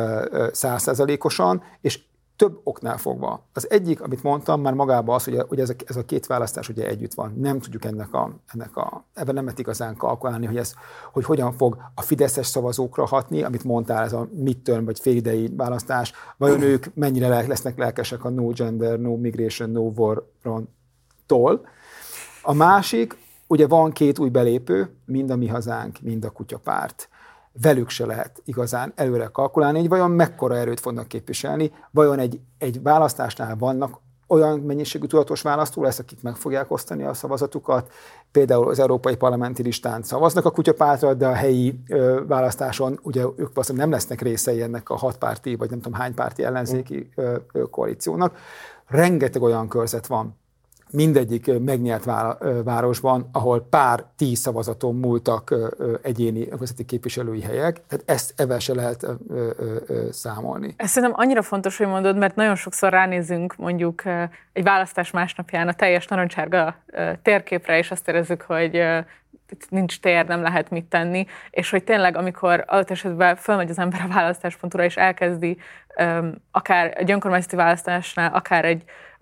100%-osan, és több oknál fogva. Az egyik, amit mondtam, már magában az, hogy ez a két választás ugye együtt van. Nem tudjuk ebben nem lehet igazán kalkulálni, hogy hogyan fog a fideszes szavazókra hatni, amit mondtál, ez a midterm vagy félidei választás. Vajon ők mennyire lesznek lelkesek a no gender, no migration, no war-tól. A másik, ugye van 2 új belépő, mind a Mi Hazánk, mind a Kutyapárt. Velük se lehet igazán előre kalkulálni, hogy vajon mekkora erőt fognak képviselni, vajon egy választásnál vannak olyan mennyiségű tudatos választó lesz, akik meg fogják osztani a szavazatukat. Például az európai parlamenti listán szavaznak a Kutyapártra, de a helyi választáson ugye ők valószínűleg nem lesznek részei ennek a 6 párti, vagy nem tudom hány párti ellenzéki koalíciónak. Rengeteg olyan körzet van, mindegyik megnyert városban, ahol pár 10 szavazaton múltak egyéni önkormányzati képviselői helyek, tehát ebben se lehet számolni. Ez szerintem annyira fontos, hogy mondod, mert nagyon sokszor ránézünk mondjuk egy választás másnapján a teljes narancsárga térképre, és azt érezzük, hogy nincs tér, nem lehet mit tenni, és hogy tényleg, amikor adott esetben fölmegy az ember a választáspontra, és elkezdi akár egy önkormányzati választásnál, akár egy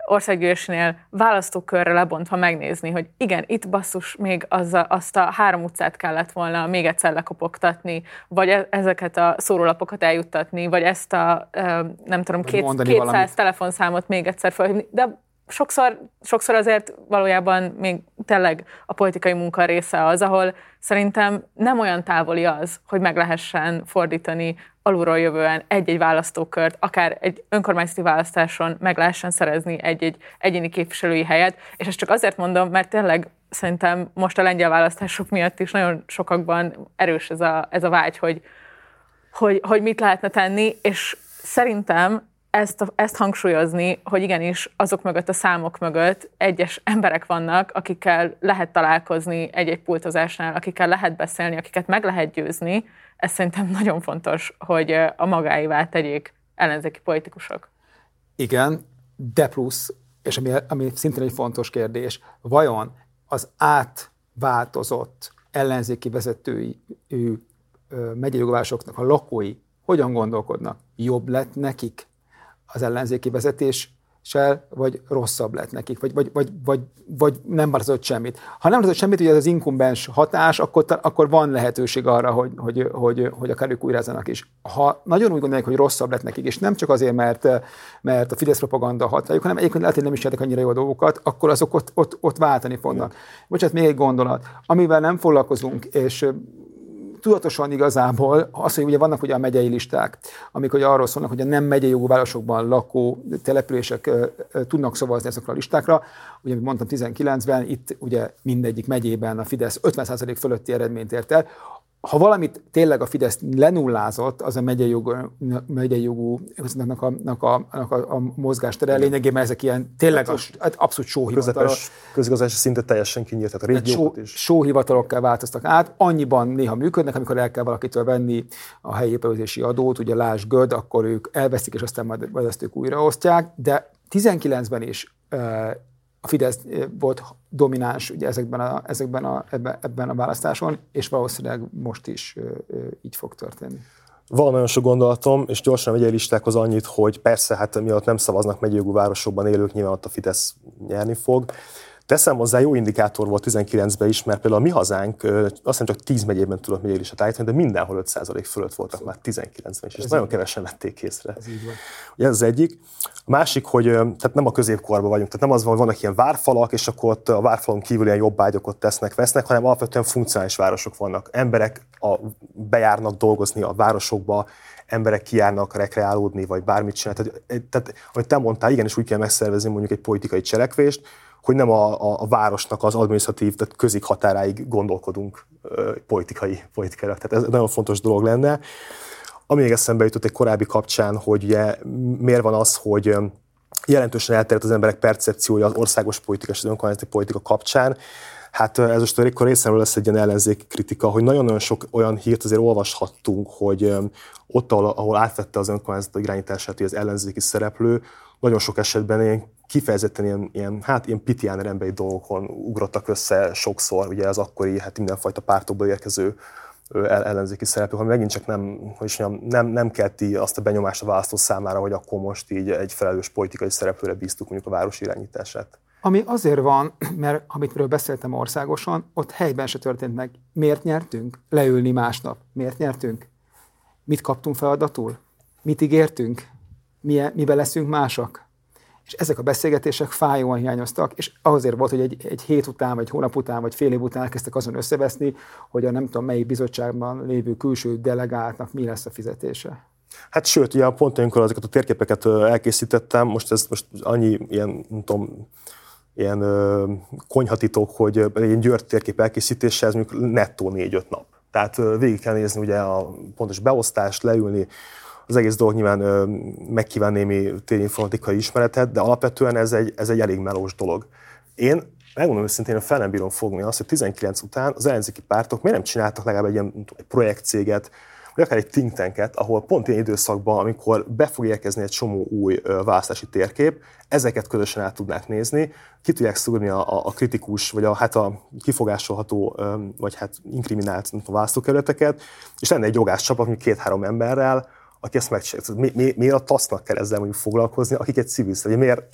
országgyűlésnél választókörre lebontva megnézni, hogy igen, itt basszus még azt a 3 utcát kellett volna még egyszer lekopogtatni, vagy ezeket a szórólapokat eljuttatni, vagy ezt a nem tudom, 200 telefonszámot még egyszer felhívni, de sokszor azért valójában még tényleg a politikai munka része az, ahol szerintem nem olyan távoli az, hogy meg lehessen fordítani alulról jövően egy-egy választókört, akár egy önkormányzati választáson meg lehessen szerezni egy-egy egyéni képviselői helyet, és ezt csak azért mondom, mert tényleg szerintem most a lengyel választások miatt is nagyon sokakban erős ez a vágy, hogy mit lehetne tenni, és szerintem ezt hangsúlyozni, hogy igenis azok mögött, a számok mögött egyes emberek vannak, akikkel lehet találkozni egy-egy pultozásnál, akikkel lehet beszélni, akiket meg lehet győzni. Ez szerintem nagyon fontos, hogy a magáévá tegyék ellenzéki politikusok. Igen, de plusz, és ami szintén egy fontos kérdés, vajon az átváltozott ellenzéki vezetői megyei jogvárosoknak a lakói hogyan gondolkodnak? Jobb lett nekik az ellenzéki vezetéssel, vagy rosszabb lett nekik, vagy nem változott semmit. Ha nem változott semmit, ugye ez az inkumbens hatás, akkor van lehetőség arra, hogy akár ők újrázzanak is. Ha nagyon úgy gondolják, hogy rosszabb lett nekik, és nem csak azért, mert a Fidesz propaganda hat rájuk, hanem egyébként lehet, hogy nem is értek annyira jó dolgokat, akkor azok ott váltani fognak. Bocsánat, még egy gondolat. Amivel nem foglalkozunk, és tudatosan igazából az, hogy ugye vannak ugye a megyei listák, amik ugye arról szólnak, hogy a nem megyei jogú városokban lakó települések tudnak szavazni ezekre a listákra. Ugye, mint mondtam, 19-ben itt ugye mindegyik megyében a Fidesz 50% fölötti eredményt ért el. Ha valamit tényleg a Fidesz lenullázott, az a megyei jogú a mozgástere. Lényegében ezek ilyen tényleg abszolút sóhivatalok. Közigazgatási szinte teljesen kinyílt, tehát a régiókat is. Sóhivatalokká változtak át, annyiban néha működnek, amikor el kell valakitől venni a helyi épületési adót, ugye lásd Göd, akkor ők elveszik, és aztán majd ezt ők újraosztják, de 19-ben is a Fidesz volt domináns ugye ebben a választáson, és valószínűleg most is így fog történni. Van nagyon sok gondolatom, és gyorsan a megyei listákhoz annyit, hogy persze, hát miatt nem szavaznak megyei jogú városokban élők, nyilván ott a Fidesz nyerni fog. Teszem hozzá, jó indikátor volt 19-ben is, mert például a Mi Hazánk azt hiszem csak 10 megyében tudott megyei listát állítani, de mindenhol 5% fölött voltak már 19-ben is, és nagyon kevesen vették észre. Ez így van. Ugye ez az egyik. A másik, hogy tehát nem a középkorban vagyunk, tehát nem az van, hogy vannak ilyen várfalak, és akkor ott a várfalon kívül ilyen jobbágyokat vesznek, hanem alapvetően funkcionális városok vannak. Emberek bejárnak dolgozni a városokba, emberek kijárnak rekreálódni, vagy bármit csinálni. Tehát, ahogy te mondtál, igenis úgy kell megszervezni mondjuk egy politikai cselekvést, hogy nem a városnak az adminisztratív, tehát közighatáráig gondolkodunk politikára. Tehát ez nagyon fontos dolog lenne. Ami még eszembe jutott egy korábbi kapcsán, hogy ugye miért van az, hogy jelentősen elterjedt az emberek percepciója az országos politika és az önkormányzati politika kapcsán. Hát ez most a részemről lesz egy ilyen ellenzéki kritika, hogy nagyon-nagyon sok olyan hírt azért olvashattunk, hogy ott, ahol átvette az önkormányzat irányítását az ellenzéki szereplő, nagyon sok esetben ilyen kifejezetten ilyen pitiáner emberi dolgokon ugrottak össze sokszor, ugye az akkori mindenfajta pártokból érkező ellenzéki szereplők, ami megint csak nem kelti azt a benyomást a választó számára, hogy akkor most így egy felelős politikai szereplőre bíztuk mondjuk a város irányítását. Ami azért van, mert amitről beszéltem országosan, ott helyben se történt meg. Miért nyertünk? Leülni másnap. Miért nyertünk? Mit kaptunk feladatul? Mit ígértünk? Miben leszünk másak? És ezek a beszélgetések fájóan hiányoztak, és azért volt, hogy egy hét után, vagy hónap után, vagy fél év után elkezdtek azon összeveszni, hogy a nem tudom melyik bizottságban lévő külső delegáltnak mi lesz a fizetése. Hát sőt, ugye pont amikor ezeket a térképeket elkészítettem, most annyi ilyen, nem tudom, ilyen konyhatitok, hogy egy Győr térkép elkészítése, ez mondjuk nettó 4-5 nap. Tehát végig kell nézni ugye a pontos beosztást, leülni, az egész dolog nyilván megkíván némi térinformatikai ismeretet, de alapvetően ez egy elég melós dolog. Én megmondom őszintén, fel nem bírom fogni azt, hogy 19 után az ellenzéki pártok miért nem csináltak legalább egy projektcéget, vagy akár egy think tanket, ahol pont ilyen időszakban, amikor be fog érkezni egy csomó új választási térkép, ezeket közösen át tudnák nézni, ki tudják szúrni a kritikus, vagy a kifogásolható, vagy inkriminált választókerületeket, és lenne egy jogászcsapat, mondjuk 2-3 emberrel, aki ezt megcsinálja. Miért a TASZ-nak kell ezzel mondjuk foglalkozni, akik egy civil szervezet, miért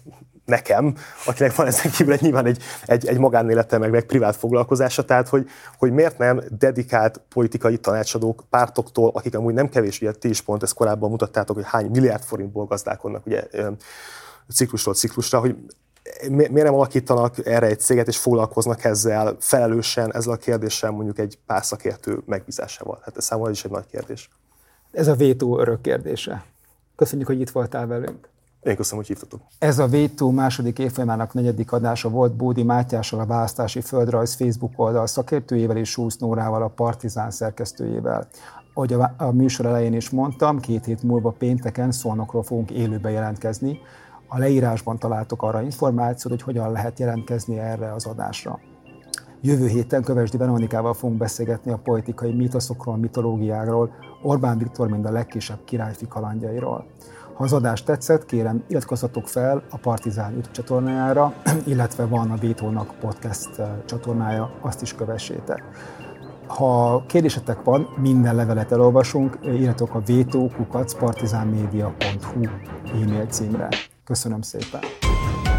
nekem, akinek van ezen kívül nyilván egy magánélete, meg privát foglalkozása, tehát hogy miért nem dedikált politikai tanácsadók pártoktól, akik amúgy nem kevés, ugye ti is pont ezt korábban mutattátok, hogy hány milliárd forintból gazdálkodnak ugye ciklusról ciklusra, hogy miért nem alakítanak erre egy céget, és foglalkoznak ezzel felelősen, ezzel a kérdéssel mondjuk egy pár szakértő megbízásával? Hát ez számomra is egy nagy kérdés. Ez a vétó örök kérdése. Köszönjük, hogy itt voltál velünk. Én köszönöm, hogy hívtatok. Ez a vétó második évfolyamának 4. adása volt Bódi Mátyással, a Választási Földrajz Facebook oldal szakértőjével és Schulz Nórával, a Partizán szerkesztőjével. Ahogy a műsor elején is mondtam, 2 hét múlva pénteken Szolnokról fogunk élőben jelentkezni. A leírásban találtok arra információt, hogy hogyan lehet jelentkezni erre az adásra. Jövő héten Kövesdi Veronikával fogunk beszélgetni a politikai mítoszokról, mitológiáról, Orbán Viktor mind a legkisebb királyfi kalandjairól. Ha az adás tetszett, kérem, iratkozzatok fel a Partizán YouTube csatornájára, illetve van a Vétónak podcast csatornája, azt is kövessétek. Ha kérdésetek van, minden levelet elolvasunk, írjatok a vétó@partizanmedia.hu e-mail címre. Köszönöm szépen!